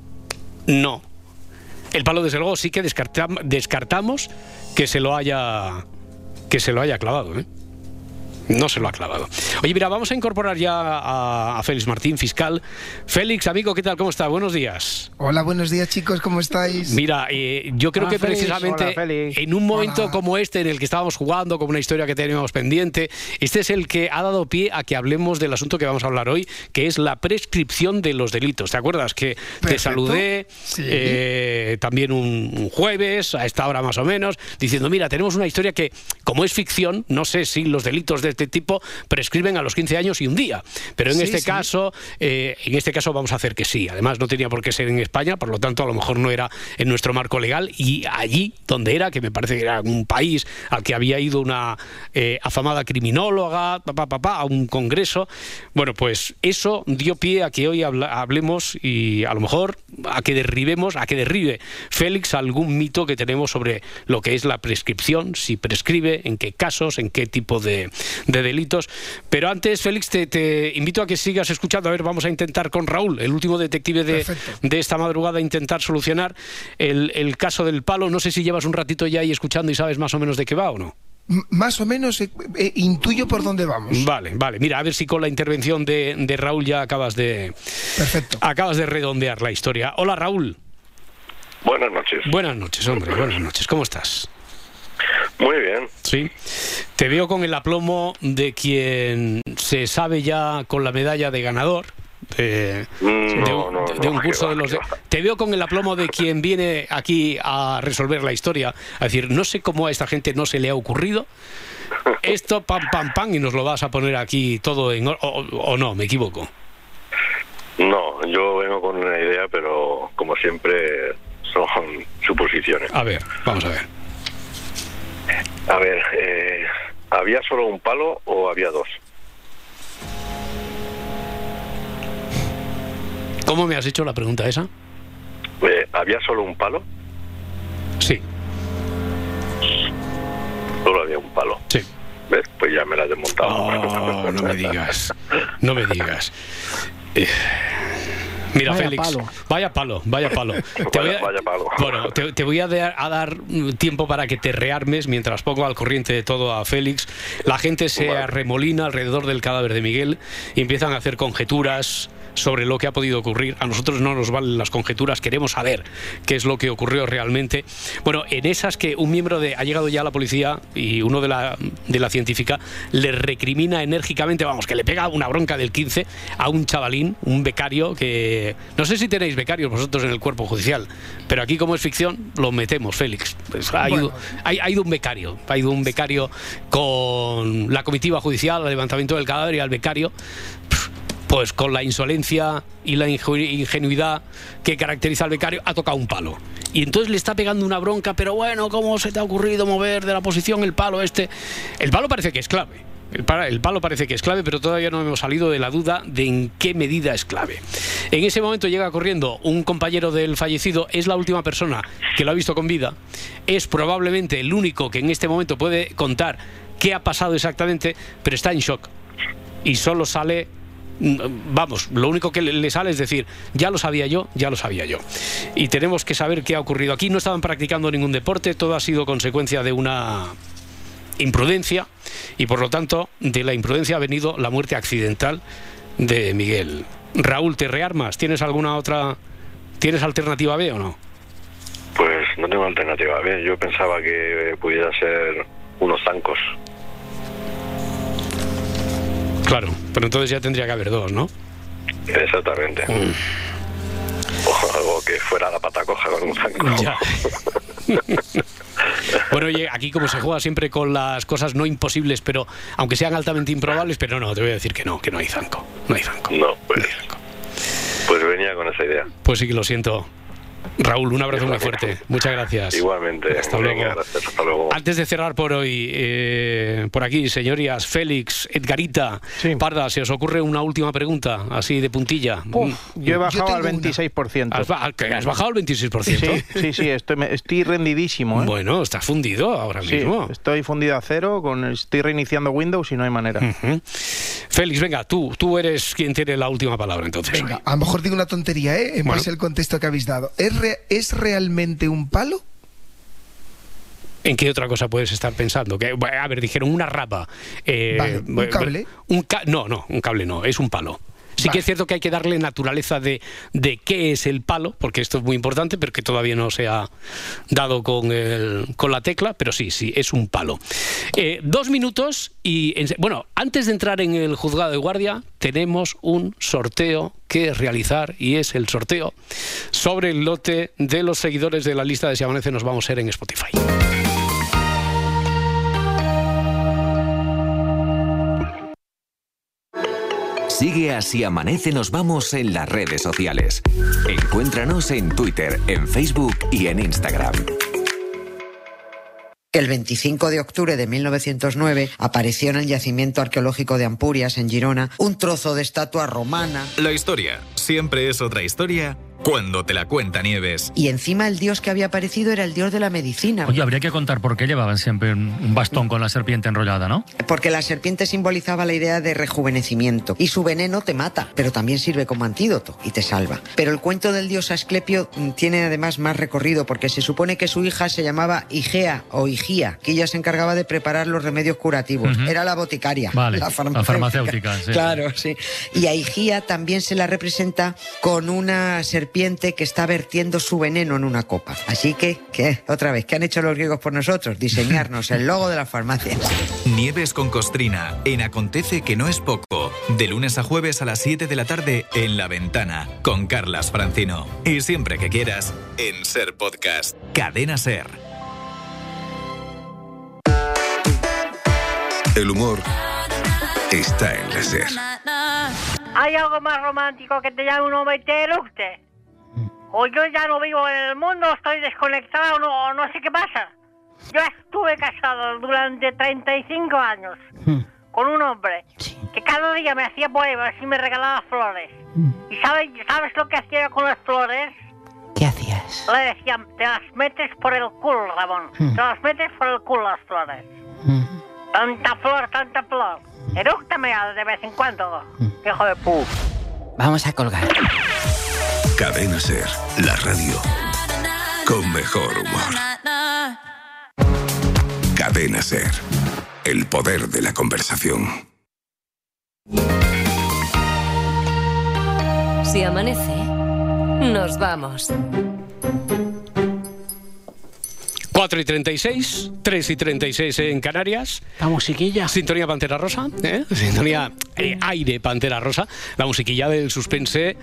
Speaker 2: No. El palo, desde luego, sí que descartam descartamos que se lo haya que se lo haya clavado, ¿eh? No se lo ha clavado. Oye, mira, vamos a incorporar ya a, a Félix Martín, fiscal. Félix, amigo, ¿qué tal? ¿Cómo está? Buenos días.
Speaker 12: Hola, buenos días, chicos, ¿cómo estáis?
Speaker 2: Mira, eh, yo creo
Speaker 12: Hola,
Speaker 2: que
Speaker 12: Félix.
Speaker 2: precisamente
Speaker 12: Hola, Félix.
Speaker 2: en un momento
Speaker 12: Hola.
Speaker 2: como este, en el que estábamos jugando con una historia que teníamos pendiente, este es el que ha dado pie a que hablemos del asunto que vamos a hablar hoy, que es la prescripción de los delitos. ¿Te acuerdas que
Speaker 12: Perfecto.
Speaker 2: te saludé
Speaker 12: Sí.
Speaker 2: eh, también un, un jueves, a esta hora más o menos, diciendo, mira, tenemos una historia que, como es ficción, no sé si los delitos de este tipo prescriben a los quince años y un día, pero en
Speaker 12: Sí,
Speaker 2: este
Speaker 12: sí.
Speaker 2: caso eh, en este caso vamos a hacer que sí. Además no tenía por qué ser en España, por lo tanto a lo mejor no era en nuestro marco legal, y allí donde era, que me parece que era un país al que había ido una eh, afamada criminóloga, pa, pa, pa, pa, a un congreso, bueno, pues eso dio pie a que hoy habla, hablemos y a lo mejor a que derribemos, a que derribe Félix algún mito que tenemos sobre lo que es la prescripción, si prescribe, en qué casos, en qué tipo de, de delitos. Pero antes, Félix, te, te invito a que sigas escuchando. A ver, vamos a intentar con Raúl, el último detective de, de esta madrugada, intentar solucionar el, el caso del palo. No sé si llevas un ratito ya ahí escuchando y sabes más o menos de qué va o no.
Speaker 12: M- más o menos eh, eh, intuyo por dónde vamos.
Speaker 2: Vale, vale. Mira, a ver si con la intervención de, de Raúl ya acabas de...
Speaker 12: Perfecto.
Speaker 2: Acabas de redondear la historia. Hola, Raúl.
Speaker 6: Buenas noches.
Speaker 2: Buenas noches, hombre. Buenas noches. ¿Cómo estás?
Speaker 6: Muy bien.
Speaker 2: Sí. Te veo con el aplomo de quien se sabe ya con la medalla de ganador. De,
Speaker 6: Mm,
Speaker 2: de
Speaker 6: no,
Speaker 2: un,
Speaker 6: no,
Speaker 2: de un
Speaker 6: no,
Speaker 2: curso
Speaker 6: que
Speaker 2: de
Speaker 6: va,
Speaker 2: los
Speaker 6: que
Speaker 2: de-
Speaker 6: va.
Speaker 2: Te veo con el aplomo de quien viene aquí a resolver la historia, a decir, no sé cómo a esta gente no se le ha ocurrido esto, pam, pam, pam, y nos lo vas a poner aquí todo en... O, o- o no, me equivoco.
Speaker 6: No, yo vengo con una idea, pero como siempre son suposiciones.
Speaker 2: A ver, vamos a ver.
Speaker 6: A ver, eh, ¿había solo un palo o había dos?
Speaker 2: ¿Cómo me has hecho la pregunta esa?
Speaker 6: Eh, ¿Había solo un palo?
Speaker 2: Sí.
Speaker 6: Solo había un palo.
Speaker 2: Sí.
Speaker 6: ¿Ves? Pues ya me la he desmontado.
Speaker 2: Oh, no me digas. No me digas. Eh, Mira,
Speaker 6: Vaya
Speaker 2: Félix,
Speaker 6: palo.
Speaker 2: vaya palo, vaya palo. Te voy a,
Speaker 6: Vaya palo.
Speaker 2: Bueno, te, te voy a dar, a dar mm, tiempo para que te rearmes mientras pongo al corriente de todo a Félix. La gente se arremolina alrededor del cadáver de Miguel y empiezan a hacer conjeturas sobre lo que ha podido ocurrir. A nosotros no nos valen las conjeturas, queremos saber qué es lo que ocurrió realmente. Bueno, en esas que un miembro de... Ha llegado ya la policía y uno de la, de la científica le recrimina enérgicamente, vamos, que le pega una bronca del quince a un chavalín, un becario que... No sé si tenéis becarios vosotros en el cuerpo judicial, pero aquí como es ficción, lo metemos, Félix. Pues ha, ido,
Speaker 12: Bueno.
Speaker 2: ha, ha ido un becario, ha ido un becario con la comitiva judicial, al levantamiento del cadáver y al becario... Pues con la insolencia y la inge- ingenuidad que caracteriza al becario, ha tocado un palo. Y entonces le está pegando una bronca, pero bueno, ¿cómo se te ha ocurrido mover de la posición el palo este? El palo parece que es clave. El, pa- el palo parece que es clave, pero todavía no hemos salido de la duda de en qué medida es clave. En ese momento llega corriendo un compañero del fallecido, es la última persona que lo ha visto con vida, es probablemente el único que en este momento puede contar qué ha pasado exactamente, pero está en shock. Y solo sale... Vamos, lo único que le sale es decir, ya lo sabía yo, ya lo sabía yo. Y tenemos que saber qué ha ocurrido aquí. No estaban practicando ningún deporte, todo ha sido consecuencia de una imprudencia y por lo tanto de la imprudencia ha venido la muerte accidental de Miguel. Raúl, ¿te rearmas? ¿Tienes alguna otra... ¿Tienes alternativa B o no?
Speaker 6: Pues no tengo alternativa B. Yo pensaba que pudiera ser unos zancos.
Speaker 2: Claro, pero entonces ya tendría que haber dos, ¿no?
Speaker 6: Exactamente.
Speaker 2: Mm.
Speaker 6: O algo que fuera la pata coja con un zanco.
Speaker 2: Ya. Bueno, oye, aquí como se juega siempre con las cosas no imposibles, pero aunque sean altamente improbables, pero no, te voy a decir que no, que no hay zanco. No hay zanco.
Speaker 6: No, pues, pues venía con esa idea.
Speaker 2: Pues sí que lo siento. Raúl, un abrazo muy fuerte. Muchas gracias.
Speaker 6: Igualmente.
Speaker 2: Hasta
Speaker 6: Venga,
Speaker 2: luego.
Speaker 6: gracias, hasta luego.
Speaker 2: Antes de cerrar por hoy, eh, por aquí, señorías, Félix, Edgarita, Parda, ¿se os ocurre una última pregunta, así de puntilla?
Speaker 3: Uf, yo he bajado al veintiséis por ciento.
Speaker 2: ¿Has, ba- ¿que has bajado al veintiséis por ciento?
Speaker 3: Sí, sí, sí, estoy, me- estoy rendidísimo. ¿eh?
Speaker 2: Bueno, estás fundido ahora
Speaker 3: Sí,
Speaker 2: mismo.
Speaker 3: estoy fundido a cero, con estoy reiniciando Windows y no hay manera.
Speaker 2: Ujú. Félix, venga, tú, tú eres quien tiene la última palabra entonces.
Speaker 12: Venga, a lo mejor digo una tontería, ¿eh? En
Speaker 2: Bueno.
Speaker 12: base al contexto que habéis dado. ¿Es, re- ¿Es realmente un palo?
Speaker 2: ¿En qué otra cosa puedes estar pensando? Que, a ver, dijeron una rapa. Eh,
Speaker 12: vale, ¿un cable?
Speaker 2: Un ca no, no, un cable no, es un palo. Sí, vale. Que es cierto que hay que darle naturaleza de, de qué es el palo, porque esto es muy importante, pero que todavía no se ha dado con, el, con la tecla, pero sí, sí, es un palo. Eh, dos minutos y... En, bueno, antes de entrar en el juzgado de guardia, tenemos un sorteo que realizar, y es el sorteo sobre el lote de los seguidores de la lista de Si Amanece Nos Vamos a Ser en Spotify.
Speaker 13: Sigue a Si Amanece Nos Vamos en las redes sociales. Encuéntranos en Twitter, en Facebook y en Instagram.
Speaker 14: El veinticinco de octubre de mil novecientos nueve apareció en el yacimiento arqueológico de Ampurias, en Girona, un trozo de estatua romana.
Speaker 15: La historia siempre es otra historia cuando te la cuenta Nieves.
Speaker 14: Y encima el dios que había aparecido era el dios de la medicina.
Speaker 16: Oye, habría que contar por qué llevaban siempre un bastón con la serpiente enrollada, ¿no?
Speaker 14: Porque la serpiente simbolizaba la idea de rejuvenecimiento. Y su veneno te mata, pero también sirve como antídoto y te salva. Pero el cuento del dios Asclepio tiene además más recorrido, porque se supone que su hija se llamaba Igea o Igía, que ella se encargaba de preparar los remedios curativos. Uh-huh. Era la boticaria.
Speaker 16: Vale,
Speaker 14: la farmacéutica.
Speaker 16: La farmacéutica, sí.
Speaker 14: Claro, sí. Y a Igía también se la representa con una serpiente que está vertiendo su veneno en una copa. Así que, ¿qué? Otra vez, ¿qué han hecho los griegos por nosotros? Diseñarnos el logo de las farmacias.
Speaker 15: Nieves con Costrina, en Acontece que no es poco. De lunes a jueves a las siete de la tarde en La Ventana, con Carlas Francino. Y siempre que quieras, en Ser Podcast. Cadena Ser.
Speaker 17: El humor está en la Ser.
Speaker 18: ¿Hay algo más romántico que te llame un hombre y te eructe? O yo ya no vivo en el mundo, estoy desconectado, no, no sé qué pasa. Yo estuve casado durante treinta y cinco años con un hombre que cada día me hacía poemas y me regalaba flores. ¿Y sabes, sabes lo que hacía con las flores?
Speaker 14: ¿Qué hacías?
Speaker 18: Le decían, te las metes por el culo, Ramón. Te las metes por el culo las flores. Tanta flor, tanta flor. Erúctame de vez en cuando, hijo de pu.
Speaker 14: Vamos a colgar.
Speaker 17: Cadena Ser, la radio con mejor humor. Cadena Ser, el poder de la conversación.
Speaker 1: Si amanece, nos vamos.
Speaker 2: cuatro y treinta y seis, tres y treinta y seis en Canarias.
Speaker 5: La musiquilla.
Speaker 2: Sintonía Pantera Rosa, ¿eh? Sintonía eh, aire Pantera Rosa. La musiquilla del suspense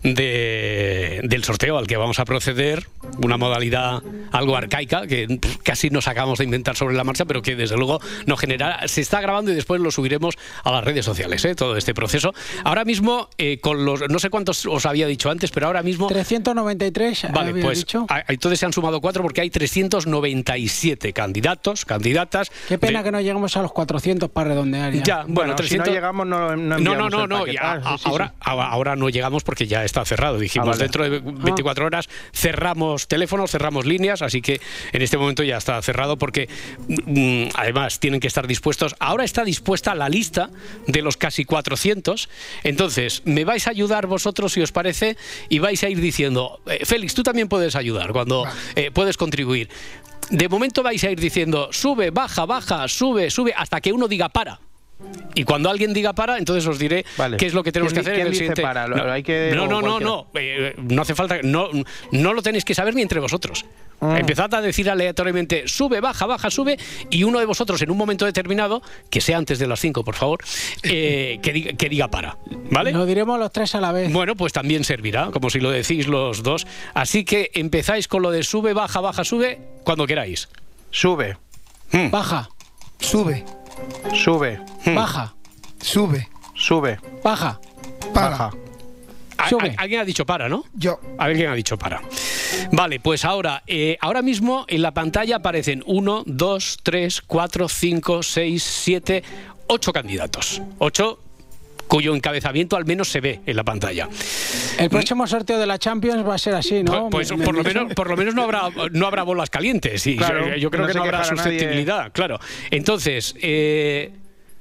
Speaker 2: de, del sorteo al que vamos a proceder. Una modalidad algo arcaica que casi nos acabamos de inventar sobre la marcha, pero que desde luego nos genera. Se está grabando y después lo subiremos a las redes sociales, ¿eh? Todo este proceso. Ahora mismo, eh, con los. No sé cuántos os había dicho antes, pero ahora mismo.
Speaker 5: trescientos noventa y tres.
Speaker 2: Vale,
Speaker 5: había
Speaker 2: pues.
Speaker 5: Dicho.
Speaker 2: A, entonces se han sumado cuatro porque hay trescientos noventa y siete candidatos, candidatas.
Speaker 5: Qué pena
Speaker 2: de...
Speaker 5: que no lleguemos a los cuatrocientos para redondear. Ya,
Speaker 2: ya bueno,
Speaker 3: bueno
Speaker 2: trescientos...
Speaker 3: si no llegamos, no, no
Speaker 2: No, no, no, no. Ya, sí, sí, ahora, sí. ahora no llegamos porque ya está cerrado. Dijimos, ah, vale. Dentro de veinticuatro horas cerramos teléfonos, cerramos líneas, así que en este momento ya está cerrado porque mmm, además tienen que estar dispuestos. Ahora está dispuesta la lista de los casi cuatrocientos. Entonces, me vais a ayudar vosotros, si os parece, y vais a ir diciendo, eh, Félix, tú también puedes ayudar cuando eh, puedes contribuir. De momento vais a ir diciendo, sube, baja, baja, sube, sube, hasta que uno diga para. Y cuando alguien diga para, entonces os diré vale. qué es lo que tenemos que hacer en el siguiente.
Speaker 3: Para?
Speaker 2: No,
Speaker 3: hay que,
Speaker 2: no, no, no, no, eh, no hace falta, no, no lo tenéis que saber ni entre vosotros. Mm. Empezad a decir aleatoriamente, sube, baja, baja, sube, y uno de vosotros en un momento determinado, que sea antes de las cinco, por favor, eh, que, diga, que diga para, ¿vale?
Speaker 5: Lo diremos los tres a la vez.
Speaker 2: Bueno, pues también servirá, como si lo decís los dos. Así que empezáis con lo de sube, baja, baja, sube, cuando queráis.
Speaker 3: Sube.
Speaker 2: Mm.
Speaker 5: Baja.
Speaker 12: Sube.
Speaker 3: Sube.
Speaker 5: Baja.
Speaker 12: Sube.
Speaker 3: Sube.
Speaker 5: Baja.
Speaker 12: Para.
Speaker 3: Baja.
Speaker 2: Sube. Alguien ha dicho para, ¿no?
Speaker 12: Yo.
Speaker 2: Alguien ha dicho para. Vale, pues ahora, eh, ahora mismo en la pantalla aparecen uno, dos, tres, cuatro, cinco, seis, siete, ocho candidatos. Ocho cuyo encabezamiento al menos se ve en la pantalla.
Speaker 5: El próximo sorteo de la Champions va a ser así, ¿no?
Speaker 2: Pues, pues por, lo menos, por lo menos no habrá, no habrá bolas calientes. Y claro, yo, yo creo no que no habrá susceptibilidad. Nadie. Claro. Entonces, eh,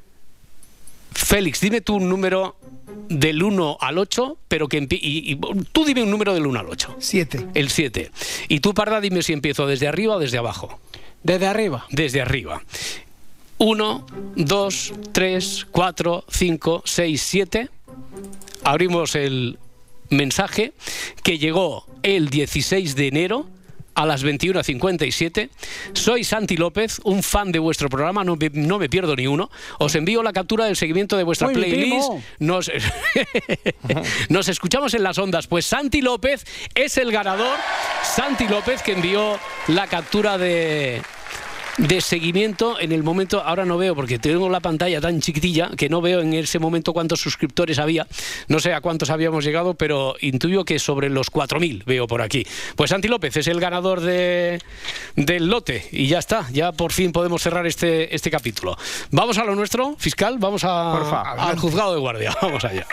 Speaker 2: Félix, dime tú un número del uno al ocho, pero que y, y, tú dime un número del uno al ocho.
Speaker 12: siete.
Speaker 2: El siete. Y tú, Parda, dime si empiezo desde arriba o desde abajo.
Speaker 5: Desde arriba.
Speaker 2: Desde arriba. Uno, dos, tres, cuatro, cinco, seis, siete. Abrimos el mensaje que llegó el dieciséis de enero a las veintiuna cincuenta y siete. Soy Santi López, un fan de vuestro programa, no me, no me pierdo ni uno. Os envío la captura del seguimiento de vuestra Muy playlist. Nos, nos escuchamos en las ondas. Pues Santi López es el ganador. Santi López, que envió la captura de... de seguimiento en el momento, ahora no veo porque tengo la pantalla tan chiquitilla que no veo en ese momento cuántos suscriptores había, no sé a cuántos habíamos llegado, pero intuyo que sobre los cuatro mil veo por aquí. Pues Santi López es el ganador de, del lote y ya está, ya por fin podemos cerrar este, este capítulo. Vamos a lo nuestro, fiscal, vamos a,
Speaker 3: Porfa,
Speaker 2: al juzgado de guardia, vamos allá.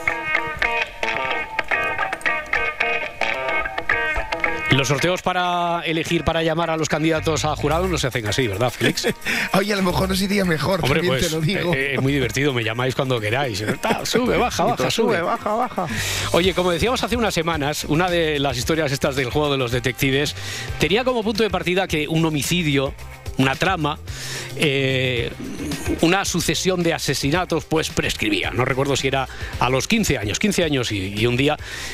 Speaker 2: Los sorteos para elegir, para llamar a los candidatos a jurado no se hacen así, ¿verdad, Félix?
Speaker 12: Oye, a lo mejor nos iría mejor,
Speaker 2: Hombre,
Speaker 12: también
Speaker 2: pues,
Speaker 12: te lo digo.
Speaker 2: Eh, es muy divertido, me llamáis cuando queráis. Ta, sube, baja, baja, sube.
Speaker 3: sube, baja, baja.
Speaker 2: Oye, como decíamos hace unas semanas, una de las historias estas del juego de los detectives tenía como punto de partida que un homicidio, una trama, eh, una sucesión de asesinatos, pues prescribía. No recuerdo si era a los quince años, quince años y, y un día.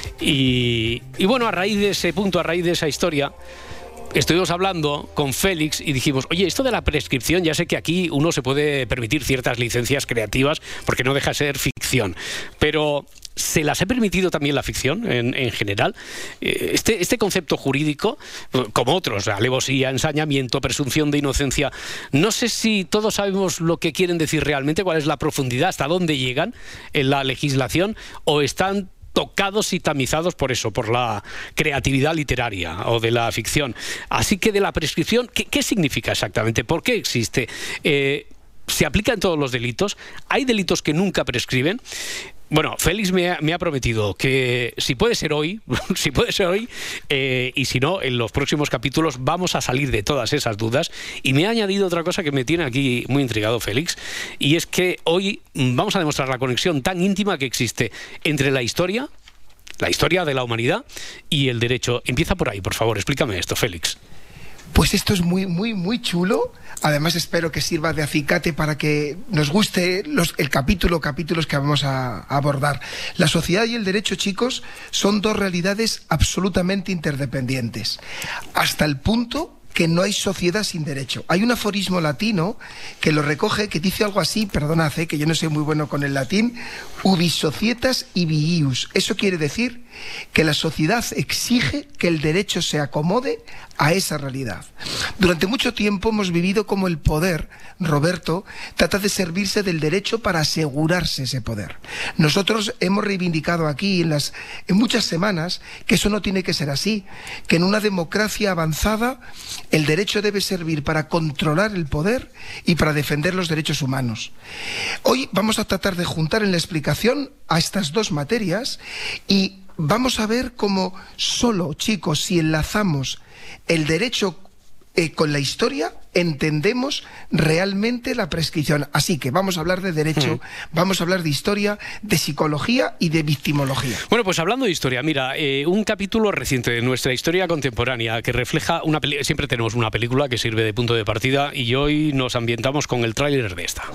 Speaker 2: Y, y bueno, a raíz de ese punto, a raíz de esa historia, estuvimos hablando con Félix y dijimos, oye, esto de la prescripción, ya sé que aquí uno se puede permitir ciertas licencias creativas porque no deja de ser ficción, pero ¿se las ha permitido también la ficción en, en general? Este, este concepto jurídico, como otros, alevosía, ensañamiento, presunción de inocencia, no sé si todos sabemos lo que quieren decir realmente, cuál es la profundidad, hasta dónde llegan en la legislación, o están tocados y tamizados por eso, por la creatividad literaria o de la ficción. Así que de la prescripción, ¿qué, qué significa exactamente? ¿Por qué existe? Eh, ¿Se aplica en todos los delitos? ¿Hay delitos que nunca prescriben? Bueno, Félix me ha, me ha prometido que si puede ser hoy, si puede ser hoy, eh, y si no, en los próximos capítulos vamos a salir de todas esas dudas. Y me ha añadido otra cosa que me tiene aquí muy intrigado, Félix, y es que hoy vamos a demostrar la conexión tan íntima que existe entre la historia, la historia de la humanidad y el derecho. Empieza por ahí, por favor, explícame esto, Félix.
Speaker 12: Pues esto es muy, muy, muy chulo. Además espero que sirva de acicate para que nos guste los, el capítulo, capítulos que vamos a, a abordar. La sociedad y el derecho, chicos, son dos realidades absolutamente interdependientes. Hasta el punto que no hay sociedad sin derecho. Hay un aforismo latino que lo recoge, que dice algo así, perdonad, eh, que yo no soy muy bueno con el latín, ubi societas ibi ius. Eso quiere decir que la sociedad exige que el derecho se acomode a esa realidad. Durante mucho tiempo hemos vivido como el poder, Roberto, trata de servirse del derecho para asegurarse ese poder. Nosotros hemos reivindicado aquí en, las, en muchas semanas que eso no tiene que ser así, que en una democracia avanzada el derecho debe servir para controlar el poder y para defender los derechos humanos. Hoy vamos a tratar de juntar en la explicación a estas dos materias y vamos a ver cómo solo, chicos, si enlazamos el derecho eh, con la historia, entendemos realmente la prescripción. Así que vamos a hablar de derecho, mm. vamos a hablar de historia, de psicología y de victimología.
Speaker 2: Bueno, pues hablando de historia, mira, eh, un capítulo reciente de nuestra historia contemporánea que refleja una película. Siempre tenemos una película que sirve de punto de partida y hoy nos ambientamos con el tráiler de esta.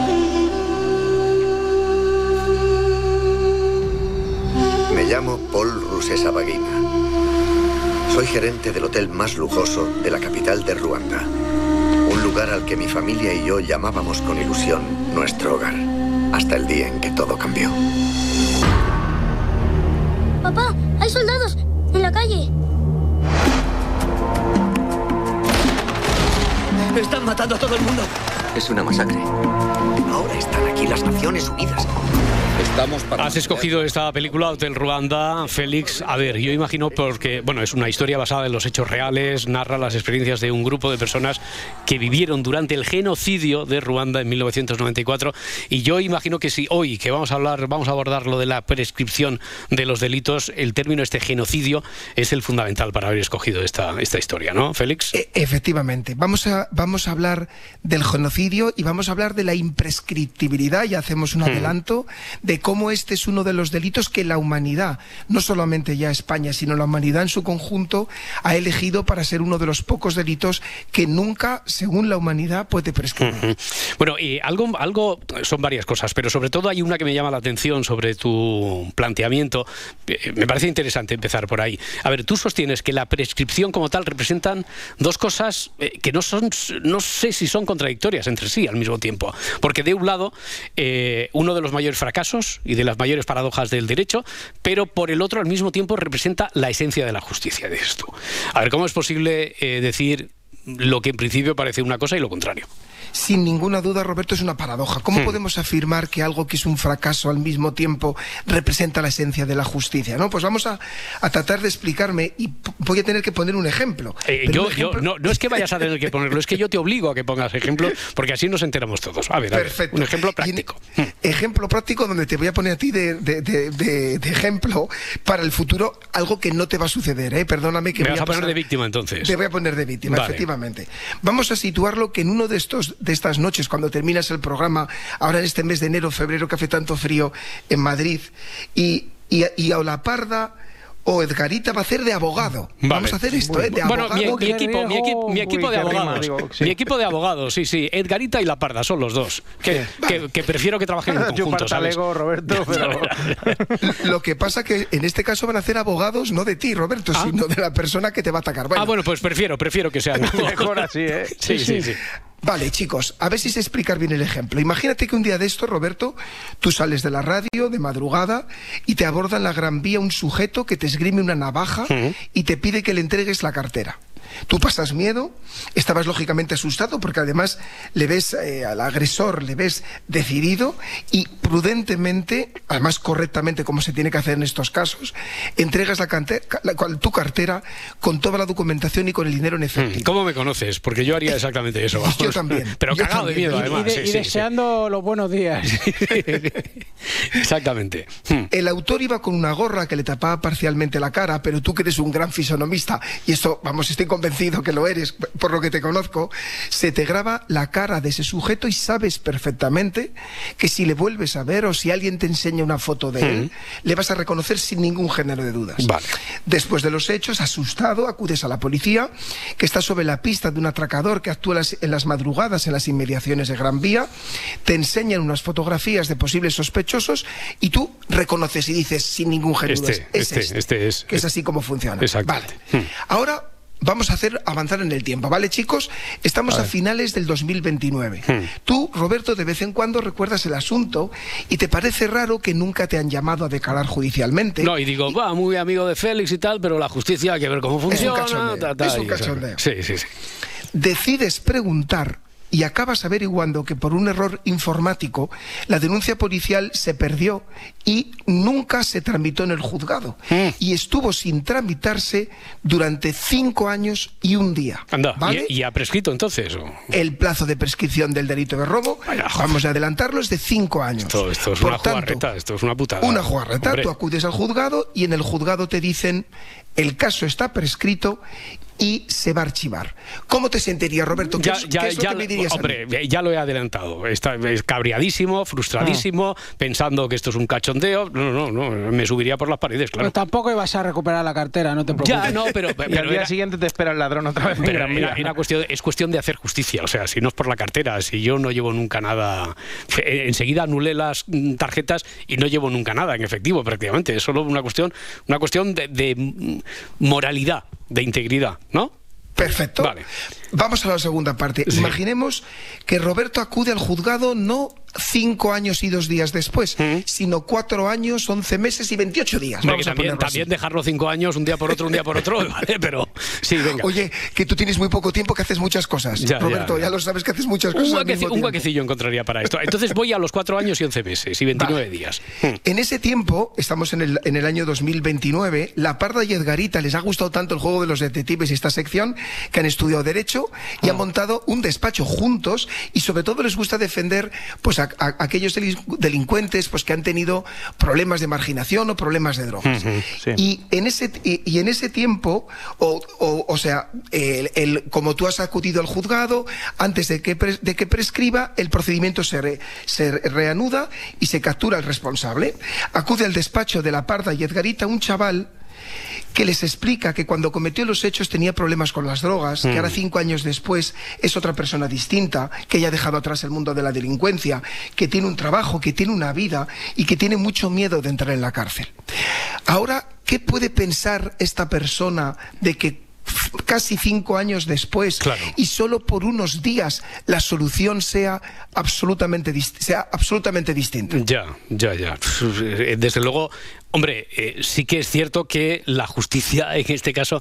Speaker 19: Me llamo Paul Rusesabagina. Soy gerente del hotel más lujoso de la capital de Ruanda. Un lugar al que mi familia y yo llamábamos con ilusión nuestro hogar. Hasta el día en que todo cambió.
Speaker 20: Papá, hay soldados en la calle.
Speaker 19: Están matando a todo el mundo. Es una masacre. Ahora están aquí las Naciones Unidas. Estamos para...
Speaker 2: Has escogido esta película, Hotel Ruanda, Félix. A ver, yo imagino porque, bueno, es una historia basada en los hechos reales, narra las experiencias de un grupo de personas que vivieron durante el genocidio de Ruanda en mil novecientos noventa y cuatro. Y yo imagino que si hoy, que vamos a hablar, vamos a abordar lo de la prescripción de los delitos, el término este genocidio es el fundamental para haber escogido esta, esta historia, ¿no, Félix?
Speaker 12: E efectivamente. Vamos a, vamos a hablar del genocidio y vamos a hablar de la imprescriptibilidad, y hacemos un adelanto, de cómo este es uno de los delitos que la humanidad, no solamente ya España, sino la humanidad en su conjunto, ha elegido para ser uno de los pocos delitos que nunca, según la humanidad, puede prescribir.
Speaker 2: Uh-huh. Bueno, y algo, algo, son varias cosas, pero sobre todo hay una que me llama la atención sobre tu planteamiento. Me parece interesante empezar por ahí. A ver, tú sostienes que la prescripción como tal representan dos cosas que no son, no sé si son contradictorias entre sí al mismo tiempo. Porque de un lado, eh, uno de los mayores fracasos y de las mayores paradojas del derecho, pero por el otro al mismo tiempo representa la esencia de la justicia, de esto. A ver, ¿cómo es posible eh, decir lo que en principio parece una cosa y lo contrario?
Speaker 12: Sin ninguna duda, Roberto, es una paradoja. ¿Cómo hmm. podemos afirmar que algo que es un fracaso al mismo tiempo representa la esencia de la justicia? ¿No? Pues vamos a, a tratar de explicarme y voy a tener que poner un ejemplo.
Speaker 2: Eh, yo, un ejemplo... Yo, no, no es que vayas a tener que ponerlo, es que yo te obligo a que pongas ejemplo, porque así nos enteramos todos. A ver, a ver, un ejemplo práctico.
Speaker 12: En, ejemplo práctico donde te voy a poner a ti de, de, de, de, de ejemplo para el futuro algo que no te va a suceder, ¿eh? Perdóname que
Speaker 2: Me
Speaker 12: voy
Speaker 2: vas a,
Speaker 12: a
Speaker 2: poner
Speaker 12: pasar...
Speaker 2: de víctima entonces.
Speaker 12: Te voy a poner de víctima, vale. Efectivamente. Vamos a situarlo que en uno de estos de estas noches, cuando terminas el programa, ahora en este mes de enero, febrero, que hace tanto frío en Madrid, y, y, y a la Parda o Edgarita va a hacer de abogado. Vale. Vamos a hacer esto, ¿eh? De
Speaker 2: bueno,
Speaker 12: abogado.
Speaker 2: Mi, mi equipo, mi equipo, mi equipo Uy, de abogados. Rima, digo, sí. Mi equipo de abogados, sí, sí. Edgarita y La Parda son los dos. Que, vale. que, que prefiero que trabajen en conjunto, ¿sabes?
Speaker 3: Yo Roberto, pero...
Speaker 12: Lo que pasa que en este caso van a ser abogados no de ti, Roberto, ¿Ah? sino de la persona que te va a atacar.
Speaker 2: Bueno. Ah, bueno, pues prefiero, prefiero que sean.
Speaker 3: Mejor así, ¿eh?
Speaker 2: Sí, sí, sí. sí.
Speaker 12: Vale, chicos, a ver si sé explicar bien el ejemplo. Imagínate que un día de esto, Roberto, tú sales de la radio de madrugada y te aborda en la Gran Vía un sujeto que te esgrime una navaja uh-huh. y te pide que le entregues la cartera. Tú pasas miedo, estabas lógicamente asustado porque además le ves eh, al agresor, le ves decidido y prudentemente, además correctamente como se tiene que hacer en estos casos, entregas la cante- la, tu cartera con toda la documentación y con el dinero en efectivo.
Speaker 2: ¿Cómo me conoces? Porque yo haría exactamente eso. Vamos.
Speaker 12: Yo también.
Speaker 2: Pero
Speaker 12: yo
Speaker 2: cagado
Speaker 12: también.
Speaker 2: de miedo, además.
Speaker 5: Y, de,
Speaker 2: sí,
Speaker 5: y deseando sí. los buenos días.
Speaker 2: Exactamente.
Speaker 12: El autor iba con una gorra que le tapaba parcialmente la cara, pero tú que eres un gran fisonomista, y esto, vamos, estoy convencido que lo eres, por lo que te conozco, se te graba la cara de ese sujeto y sabes perfectamente que si le vuelves a ver o si alguien te enseña una foto de él, mm. le vas a reconocer sin ningún género de dudas.
Speaker 2: Vale.
Speaker 12: Después de los hechos, asustado, acudes a la policía, que está sobre la pista de un atracador que actúa en las madrugadas en las inmediaciones de Gran Vía, te enseñan unas fotografías de posibles sospechosos y tú reconoces y dices sin ningún género de dudas,
Speaker 2: este,
Speaker 12: es
Speaker 2: este,
Speaker 12: este,
Speaker 2: este es,
Speaker 12: que es así como funciona.
Speaker 2: Vale.
Speaker 12: Hmm. Ahora vamos a hacer avanzar en el tiempo, ¿vale, chicos? Estamos a, a finales del dos mil veintinueve. Hmm. Tú, Roberto, de vez en cuando recuerdas el asunto y te parece raro que nunca te han llamado a declarar judicialmente.
Speaker 2: No, y digo, y... va, muy amigo de Félix y tal, pero la justicia hay que ver cómo funciona.
Speaker 12: Es un cachondeo. Ta, ta, es un cachondeo.
Speaker 2: Sí, sí, sí.
Speaker 12: Decides preguntar y acabas averiguando que por un error informático la denuncia policial se perdió y nunca se tramitó en el juzgado. Mm. Y estuvo sin tramitarse durante cinco años y un día.
Speaker 2: Anda,
Speaker 12: ¿vale?
Speaker 2: ¿y, y ha prescrito entonces? ¿O?
Speaker 12: El plazo de prescripción del delito de robo, Vaya, vamos a adelantarlo, es de cinco años.
Speaker 2: Esto, esto es
Speaker 12: por
Speaker 2: una
Speaker 12: tanto,
Speaker 2: jugarreta, esto es una putada.
Speaker 12: Una jugarreta, Hombre. Tú acudes al juzgado y en el juzgado te dicen el caso está prescrito y se va a archivar. ¿Cómo te sentirías, Roberto? ¿Qué,
Speaker 2: ya,
Speaker 12: es,
Speaker 2: ya,
Speaker 12: ¿qué es lo
Speaker 2: ya,
Speaker 12: que me dirías
Speaker 2: hombre,
Speaker 12: a mí?
Speaker 2: ya lo he adelantado. Está es cabreadísimo, frustradísimo, ah. pensando que esto es un cachondeo. No, no, no, me subiría por las paredes, claro.
Speaker 5: Pues tampoco ibas a recuperar la cartera, no te preocupes.
Speaker 2: Ya, no, pero... pero
Speaker 3: y al día
Speaker 2: era,
Speaker 3: siguiente te espera el ladrón otra vez.
Speaker 2: Pero era, era cuestión, es cuestión de hacer justicia. O sea, si no es por la cartera, si yo no llevo nunca nada... Enseguida anulé las tarjetas y no llevo nunca nada en efectivo, prácticamente. Es solo una cuestión, una cuestión de, de moralidad, de integridad, ¿no?
Speaker 12: Perfecto.
Speaker 2: Vale.
Speaker 12: Vamos a la segunda parte. Sí. Imaginemos que Roberto acude al juzgado no cinco años y dos días después, ¿Mm? sino cuatro años, once meses y veintiocho días.
Speaker 2: Vamos a también, también dejarlo cinco años, un día por otro, un día por otro, ¿vale? Pero sí, venga.
Speaker 12: Oye, que tú tienes muy poco tiempo, que haces muchas cosas. Ya, Roberto, ya, ya. ya lo sabes que haces muchas cosas.
Speaker 2: Un,
Speaker 12: al mismo
Speaker 2: un guaquecillo encontraría para esto. Entonces voy a los cuatro años y once meses y veintinueve vale. días.
Speaker 12: En ese tiempo, estamos en el, en el año dos mil veintinueve, La Parda y Edgarita les ha gustado tanto el juego de los detectives y esta sección que han estudiado Derecho despacho y han montado un despacho juntos, y sobre todo les gusta defender pues a, a, a aquellos delincuentes pues que han tenido problemas de marginación o problemas de drogas. Uh-huh, sí. Y en ese y, y en ese tiempo, o, o, o sea, el, el, como tú has acudido al juzgado, antes de que, pre, de que prescriba, el procedimiento se, re, se reanuda y se captura al responsable. Acude al despacho de La Parda y Edgarita un chaval que les explica que cuando cometió los hechos tenía problemas con las drogas, mm. que ahora cinco años después es otra persona distinta, que ya ha dejado atrás el mundo de la delincuencia, que tiene un trabajo, que tiene una vida y que tiene mucho miedo de entrar en la cárcel. Ahora, ¿qué puede pensar esta persona de que casi cinco años después, claro, y solo por unos días, la solución sea absolutamente, sea absolutamente distinta?
Speaker 2: Ya, ya, ya. Desde luego, hombre, eh, sí que es cierto que la justicia en este caso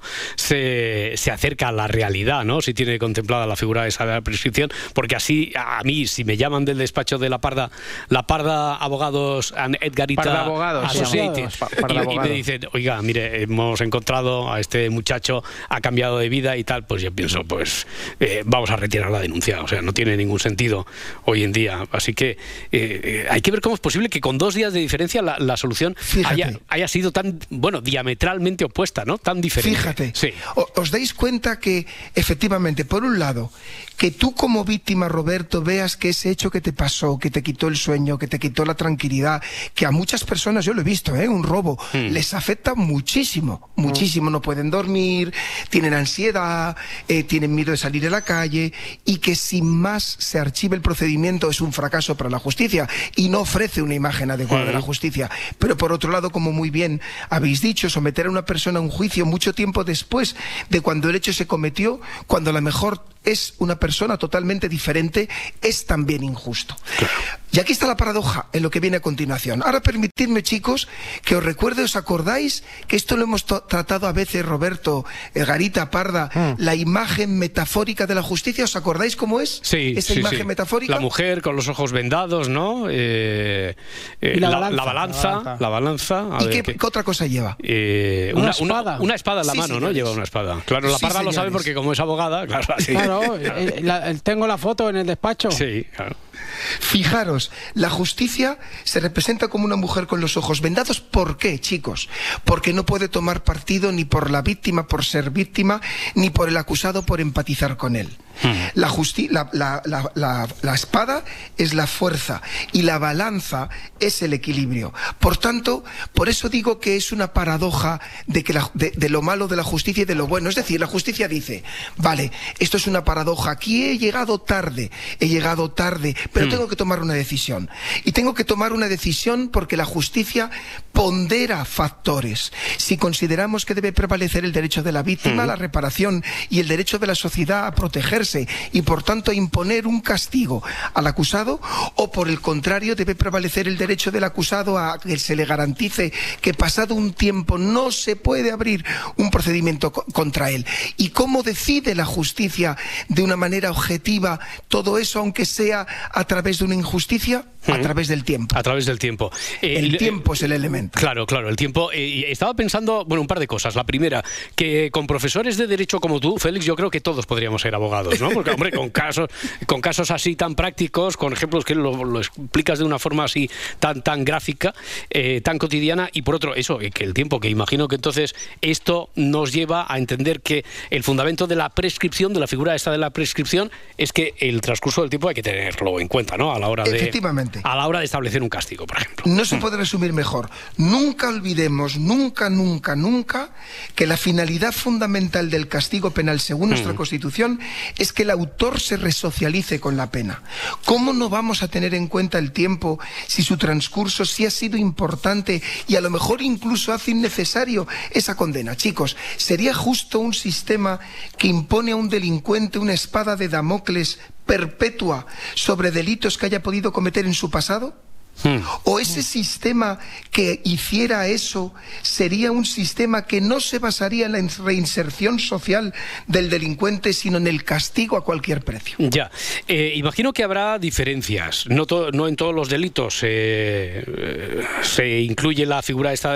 Speaker 2: se, se acerca a la realidad, ¿no? Si tiene contemplada la figura esa de la prescripción, porque así a mí, si me llaman del despacho de La Parda, La Parda Abogados and Edgarita
Speaker 3: Parda Abogados,
Speaker 2: Associates,
Speaker 3: pa, Parda
Speaker 2: y,
Speaker 3: Abogados.
Speaker 2: y me dicen, oiga, mire, hemos encontrado a este muchacho, ha cambiado de vida y tal, pues yo pienso, pues eh, vamos a retirar la denuncia. O sea, no tiene ningún sentido hoy en día. Así que eh, hay que ver cómo es posible que con dos días de diferencia la, la solución haya, haya sido tan, bueno, diametralmente opuesta, ¿no? Tan diferente.
Speaker 12: Fíjate,
Speaker 2: sí.
Speaker 12: ¿Os dais cuenta que efectivamente, por un lado, que tú como víctima, Roberto, veas que ese hecho que te pasó, que te quitó el sueño, que te quitó la tranquilidad, que a muchas personas, yo lo he visto, ¿eh? Un robo, mm. les afecta muchísimo, muchísimo, no pueden dormir, tienen ansiedad, eh, tienen miedo de salir a la calle, y que sin más se archive el procedimiento es un fracaso para la justicia y no ofrece una imagen adecuada mm. de la justicia. Pero por otro lado, como muy bien habéis dicho, someter a una persona a un juicio mucho tiempo después de cuando el hecho se cometió, cuando a lo mejor es una persona totalmente diferente, es también injusto. Claro. Y aquí está la paradoja en lo que viene a continuación. Ahora permitidme, chicos, que os recuerde, ¿os acordáis? Que esto lo hemos tratado a veces, Roberto, Edgarita, Parda, mm. la imagen metafórica de la justicia. ¿Os acordáis cómo es?
Speaker 2: Sí,
Speaker 12: esa
Speaker 2: sí,
Speaker 12: imagen
Speaker 2: sí.
Speaker 12: metafórica.
Speaker 2: La mujer con los ojos vendados, ¿no? Eh, eh,
Speaker 5: la,
Speaker 2: la,
Speaker 5: balanza,
Speaker 2: la balanza. La balanza. La balanza.
Speaker 12: A ¿Y ver, qué, ¿qué, qué otra cosa lleva?
Speaker 2: Eh,
Speaker 5: una,
Speaker 2: una,
Speaker 5: espada.
Speaker 2: Una, una espada en la sí, mano, señores. ¿no? Lleva una espada. Claro, la
Speaker 12: sí,
Speaker 2: Parda
Speaker 12: señores.
Speaker 2: lo sabe porque como es abogada, claro. Así.
Speaker 5: Claro, eh, la, tengo la foto en el despacho.
Speaker 2: Sí, claro.
Speaker 12: Fijaros, la justicia se representa como una mujer con los ojos vendados. ¿Por qué, chicos? Porque no puede tomar partido ni por la víctima por ser víctima, ni por el acusado por empatizar con él. La, justi la, la, la, la, la espada es la fuerza y la balanza es el equilibrio. Por tanto, por eso digo que es una paradoja de, que la, de, de lo malo de la justicia y de lo bueno. Es decir, la justicia dice, vale, esto es una paradoja, aquí he llegado tarde, he llegado tarde, pero hmm. tengo que tomar una decisión. Y tengo que tomar una decisión porque la justicia pondera factores. Si consideramos que debe prevalecer el derecho de la víctima a hmm. la reparación y el derecho de la sociedad a protegerse y por tanto a imponer un castigo al acusado, o por el contrario debe prevalecer el derecho del acusado a que se le garantice que pasado un tiempo no se puede abrir un procedimiento co contra él. ¿Y cómo decide la justicia de una manera objetiva todo eso, aunque sea a través de una injusticia? A través del tiempo.
Speaker 2: A través del tiempo.
Speaker 12: Eh, el tiempo eh, es el elemento.
Speaker 2: Claro, claro, el tiempo. Eh, estaba pensando, bueno, un par de cosas. La primera, que con profesores de derecho como tú, Félix, yo creo que todos podríamos ser abogados, ¿no? Porque, hombre, con casos, con casos así tan prácticos, con ejemplos que lo, lo explicas de una forma así tan, tan gráfica, eh, tan cotidiana, y por otro, eso, que el tiempo, que imagino que entonces esto nos lleva a entender que el fundamento de la prescripción, de la figura esta de la prescripción, es que el transcurso del tiempo hay que tenerlo en cuenta, ¿no? A la hora de...
Speaker 12: Efectivamente.
Speaker 2: A la hora de establecer un castigo, por ejemplo.
Speaker 12: No se puede resumir mejor. Nunca olvidemos, nunca, nunca, nunca, que la finalidad fundamental del castigo penal, según nuestra mm. Constitución, es que el autor se resocialice con la pena. ¿Cómo no vamos a tener en cuenta el tiempo si su transcurso sí ha sido importante y a lo mejor incluso hace innecesario esa condena? Chicos, ¿sería justo un sistema que impone a un delincuente una espada de Damocles perpetua sobre delitos que haya podido cometer en su pasado? Hmm. ¿O ese sistema que hiciera eso sería un sistema que no se basaría en la reinserción social del delincuente, sino en el castigo a cualquier precio?
Speaker 2: Ya, eh, imagino que habrá diferencias. No, no en todos los delitos eh, se incluye la figura esta de la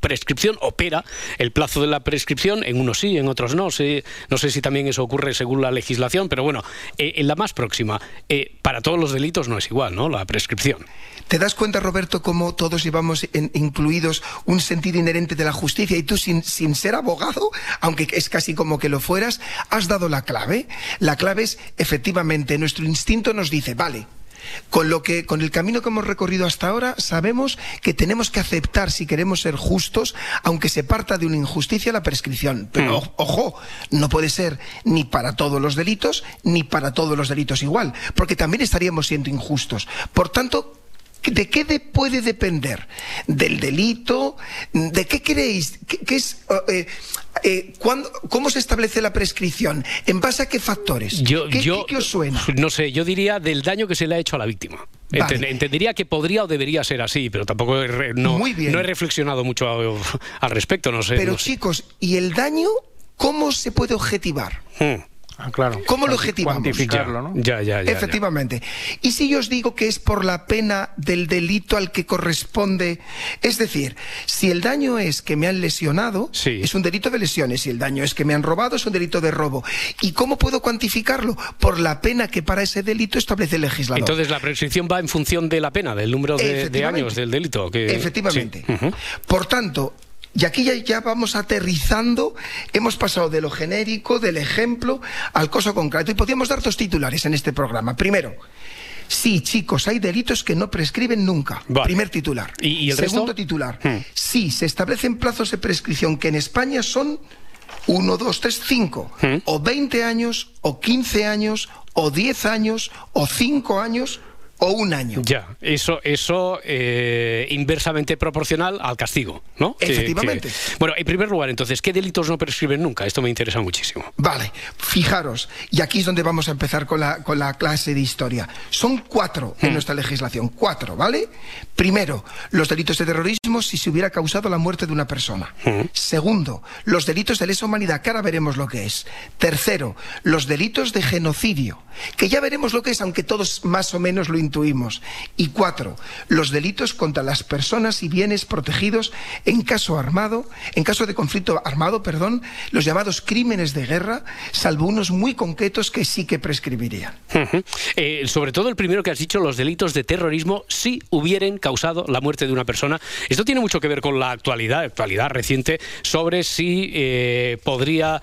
Speaker 2: prescripción, opera el plazo de la prescripción, en unos sí, en otros no, sé, no sé si también eso ocurre según la legislación, pero bueno, eh, en la más próxima, eh, para todos los delitos no es igual, ¿no?, la prescripción.
Speaker 12: ¿Te das cuenta, Roberto, cómo todos llevamos en, incluidos un sentido inherente de la justicia y tú sin, sin ser abogado, aunque es casi como que lo fueras, has dado la clave? La clave es, efectivamente, nuestro instinto nos dice, vale, con lo que, con el camino que hemos recorrido hasta ahora, sabemos que tenemos que aceptar, si queremos ser justos, aunque se parta de una injusticia, la prescripción. Pero, mm. ojo, no puede ser ni para todos los delitos, ni para todos los delitos igual, porque también estaríamos siendo injustos. Por tanto, ¿de qué de puede depender? ¿Del delito? ¿De qué creéis? ¿Qué, qué es, eh, eh, ¿cuándo, ¿Cómo se establece la prescripción? ¿En base a qué factores?
Speaker 2: Yo,
Speaker 12: ¿Qué,
Speaker 2: yo,
Speaker 12: ¿Qué, qué os suena?
Speaker 2: No sé, yo diría del daño que se le ha hecho a la víctima. Vale. Entendería que podría o debería ser así, pero tampoco he, no, no he reflexionado mucho a, al respecto. No sé.
Speaker 12: Pero
Speaker 2: no sé.
Speaker 12: Chicos, ¿y el daño cómo se puede objetivar?
Speaker 2: Hmm.
Speaker 3: Ah, claro.
Speaker 12: ¿Cómo lo objetivamos?
Speaker 3: Cuantificarlo, ¿no?
Speaker 2: Ya, ya, ya.
Speaker 12: Efectivamente. Ya. ¿Y si yo os digo que es por la pena del delito al que corresponde? Es decir, si el daño es que me han lesionado, sí. es un delito de lesiones. Si el daño es que me han robado, es un delito de robo. ¿Y cómo puedo cuantificarlo? Por la pena que para ese delito establece el legislador.
Speaker 2: Entonces la prescripción va en función de la pena, del número de, de años del delito. Que...
Speaker 12: Efectivamente.
Speaker 2: Sí. Uh-huh.
Speaker 12: Por tanto... Y aquí ya, ya vamos aterrizando, hemos pasado de lo genérico, del ejemplo, al caso concreto. Y podríamos dar dos titulares en este programa. Primero, sí, chicos, hay delitos que no prescriben nunca. Vale. Primer titular.
Speaker 2: ¿Y, y el
Speaker 12: Segundo
Speaker 2: resto?
Speaker 12: titular.
Speaker 2: Hmm.
Speaker 12: Sí, se establecen plazos de prescripción que en España son uno, dos, tres, cinco. Hmm. O veinte años, o quince años, o diez años, o cinco años... o un año.
Speaker 2: Ya, eso, eso eh, inversamente proporcional al castigo, ¿no?
Speaker 12: Efectivamente.
Speaker 2: Que, que... Bueno, en primer lugar, entonces, ¿qué delitos no prescriben nunca? Esto me interesa muchísimo.
Speaker 12: Vale, fijaros, y aquí es donde vamos a empezar con la, con la clase de historia. Son cuatro en hmm. nuestra legislación, cuatro, ¿vale? Primero, los delitos de terrorismo si se hubiera causado la muerte de una persona. Hmm. Segundo, los delitos de lesa humanidad, que ahora veremos lo que es. Tercero, los delitos de genocidio, que ya veremos lo que es, aunque todos más o menos lo intuimos. Y cuatro, los delitos contra las personas y bienes protegidos en caso armado, en caso de conflicto armado, perdón, los llamados crímenes de guerra, salvo unos muy concretos que sí que prescribirían.
Speaker 2: Uh-huh. eh, sobre todo el primero que has dicho, los delitos de terrorismo, si hubieran causado la muerte de una persona. Esto tiene mucho que ver con la actualidad, actualidad reciente, sobre si eh, podría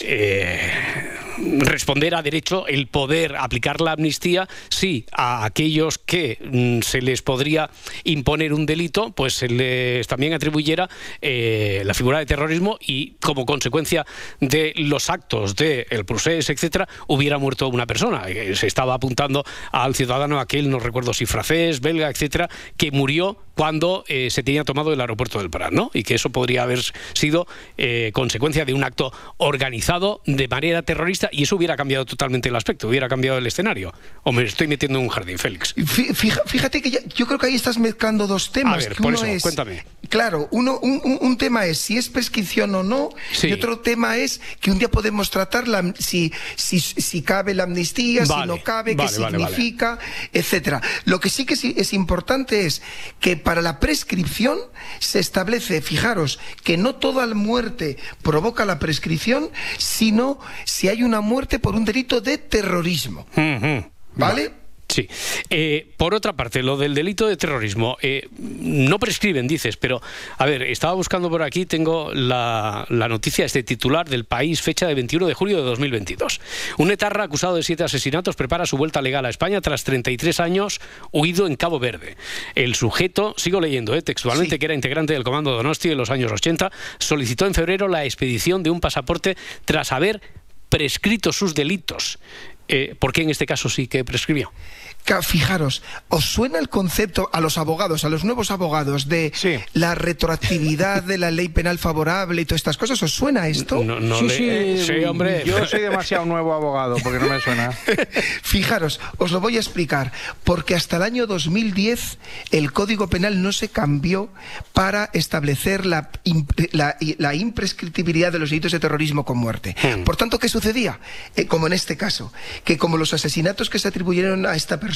Speaker 2: eh, responder a derecho el poder aplicar la amnistía si a aquellos que mm, se les podría imponer un delito, pues se les también atribuyera eh, la figura de terrorismo y como consecuencia de los actos del procés, etcétera, hubiera muerto una persona. Se estaba apuntando al ciudadano aquel, no recuerdo si francés, belga, etcétera, que murió cuando eh, se tenía tomado el aeropuerto del Prat, ¿no? Y que eso podría haber sido eh, consecuencia de un acto organizado de manera terrorista y eso hubiera cambiado totalmente el aspecto, hubiera cambiado el escenario. O me estoy metiendo en un jardín, Félix.
Speaker 12: Fíjate que ya, yo creo que ahí estás mezclando dos temas.
Speaker 2: A ver,
Speaker 12: que
Speaker 2: por
Speaker 12: uno
Speaker 2: eso,
Speaker 12: es,
Speaker 2: cuéntame.
Speaker 12: Claro, uno, un, un, un tema es si es prescripción o no, sí. Y otro tema es que un día podemos tratar la, si, si, si cabe la amnistía, vale, si no cabe, vale, qué vale, significa, vale. etcétera. Lo que sí que sí es importante es que para la prescripción se establece, fijaros, que no toda muerte provoca la prescripción, sino si hay una muerte por un delito de terrorismo.
Speaker 2: Uh-huh.
Speaker 12: ¿Vale?
Speaker 2: Vale. Sí. Eh, por otra parte, lo del delito de terrorismo, eh, no prescriben, dices, pero, a ver, estaba buscando por aquí, tengo la, la noticia, este titular del País, fecha de veintiuno de julio de dos mil veintidós. Un etarra acusado de siete asesinatos prepara su vuelta legal a España tras treinta y tres años huido en Cabo Verde. El sujeto, sigo leyendo eh, textualmente, sí. que era integrante del Comando Donosti en los años ochenta, solicitó en febrero la expedición de un pasaporte tras haber prescrito sus delitos. Eh, ¿Por qué en este caso sí que prescribió?
Speaker 12: Fijaros, ¿os suena el concepto a los abogados, a los nuevos abogados, de sí. la retroactividad de la ley penal favorable y todas estas cosas? ¿Os suena esto?
Speaker 2: No, no
Speaker 3: sí,
Speaker 2: le...
Speaker 3: sí,
Speaker 2: sí, hombre.
Speaker 3: Yo soy demasiado nuevo abogado porque no me suena.
Speaker 12: Fijaros, os lo voy a explicar. Porque hasta el año dos mil diez el Código Penal no se cambió para establecer la, la, la imprescriptibilidad de los delitos de terrorismo con muerte. Hmm. Por tanto, ¿qué sucedía? Eh, como en este caso, que como los asesinatos que se atribuyeron a esta persona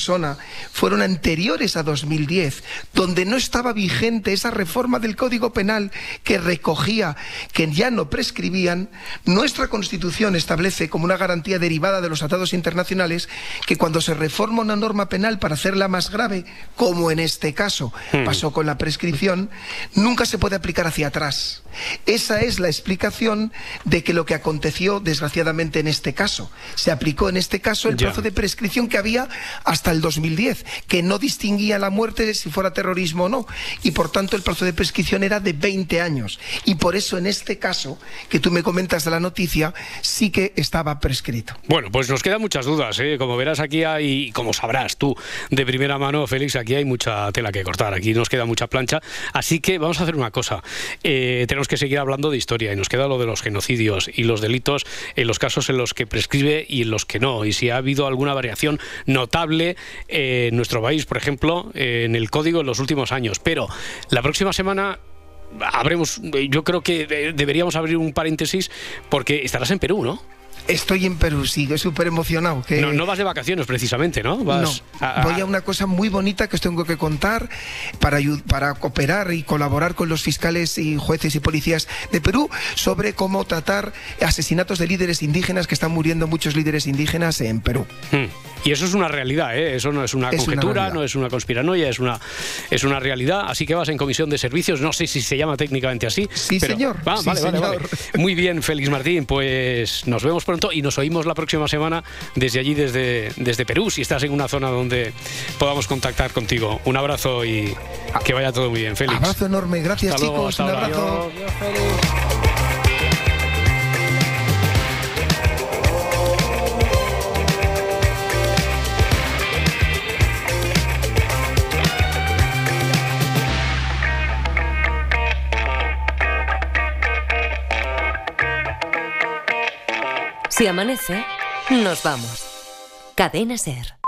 Speaker 12: persona fueron anteriores a dos mil diez, donde no estaba vigente esa reforma del Código Penal que recogía que ya no prescribían, nuestra Constitución establece como una garantía derivada de los tratados internacionales que cuando se reforma una norma penal para hacerla más grave, como en este caso hmm. pasó con la prescripción, nunca se puede aplicar hacia atrás. Esa es la explicación de que lo que aconteció desgraciadamente en este caso. Se aplicó en este caso el plazo ya. de prescripción que había hasta el dos mil diez, que no distinguía la muerte de si fuera terrorismo o no, y por tanto el plazo de prescripción era de veinte años. Y por eso en este caso, que tú me comentas de la noticia, sí que estaba prescrito.
Speaker 2: Bueno, pues nos quedan muchas dudas, ¿eh? Como verás aquí hay, como sabrás tú de primera mano, Félix, aquí hay mucha tela que cortar, aquí nos queda mucha plancha, así que vamos a hacer una cosa, eh, tenemos que seguir hablando de historia y nos queda lo de los genocidios y los delitos en los casos en los que prescribe y en los que no, y si ha habido alguna variación notable eh, en nuestro país, por ejemplo, eh, en el código en los últimos años. Pero la próxima semana habremos, yo creo que deberíamos abrir un paréntesis porque estarás en Perú, ¿no?
Speaker 12: Estoy en Perú, sí, súper emocionado. Que...
Speaker 2: No, no vas de vacaciones precisamente, ¿no? Vas
Speaker 12: no, a, a... voy a una cosa muy bonita que os tengo que contar para, para cooperar y colaborar con los fiscales y jueces y policías de Perú sobre cómo tratar asesinatos de líderes indígenas, que están muriendo muchos líderes indígenas en Perú.
Speaker 2: Hmm. Y eso es una realidad, ¿eh? Eso no es una es conjetura, una no es una conspiranoia, es una, es una realidad. Así que vas en comisión de servicios, no sé si se llama técnicamente así.
Speaker 12: Sí,
Speaker 2: pero...
Speaker 12: señor.
Speaker 2: Ah,
Speaker 12: sí,
Speaker 2: vale,
Speaker 12: señor.
Speaker 2: Vale, vale. Muy bien, Félix Martín, pues nos vemos pronto y nos oímos la próxima semana desde allí, desde, desde Perú, si estás en una zona donde podamos contactar contigo. Un abrazo y que vaya todo muy bien, Félix.
Speaker 12: Abrazo enorme, gracias,
Speaker 2: hasta
Speaker 12: chicos.
Speaker 2: Luego,
Speaker 12: un abrazo.
Speaker 2: Adiós, Félix.
Speaker 1: Si amanece, nos vamos. Cadena Ser.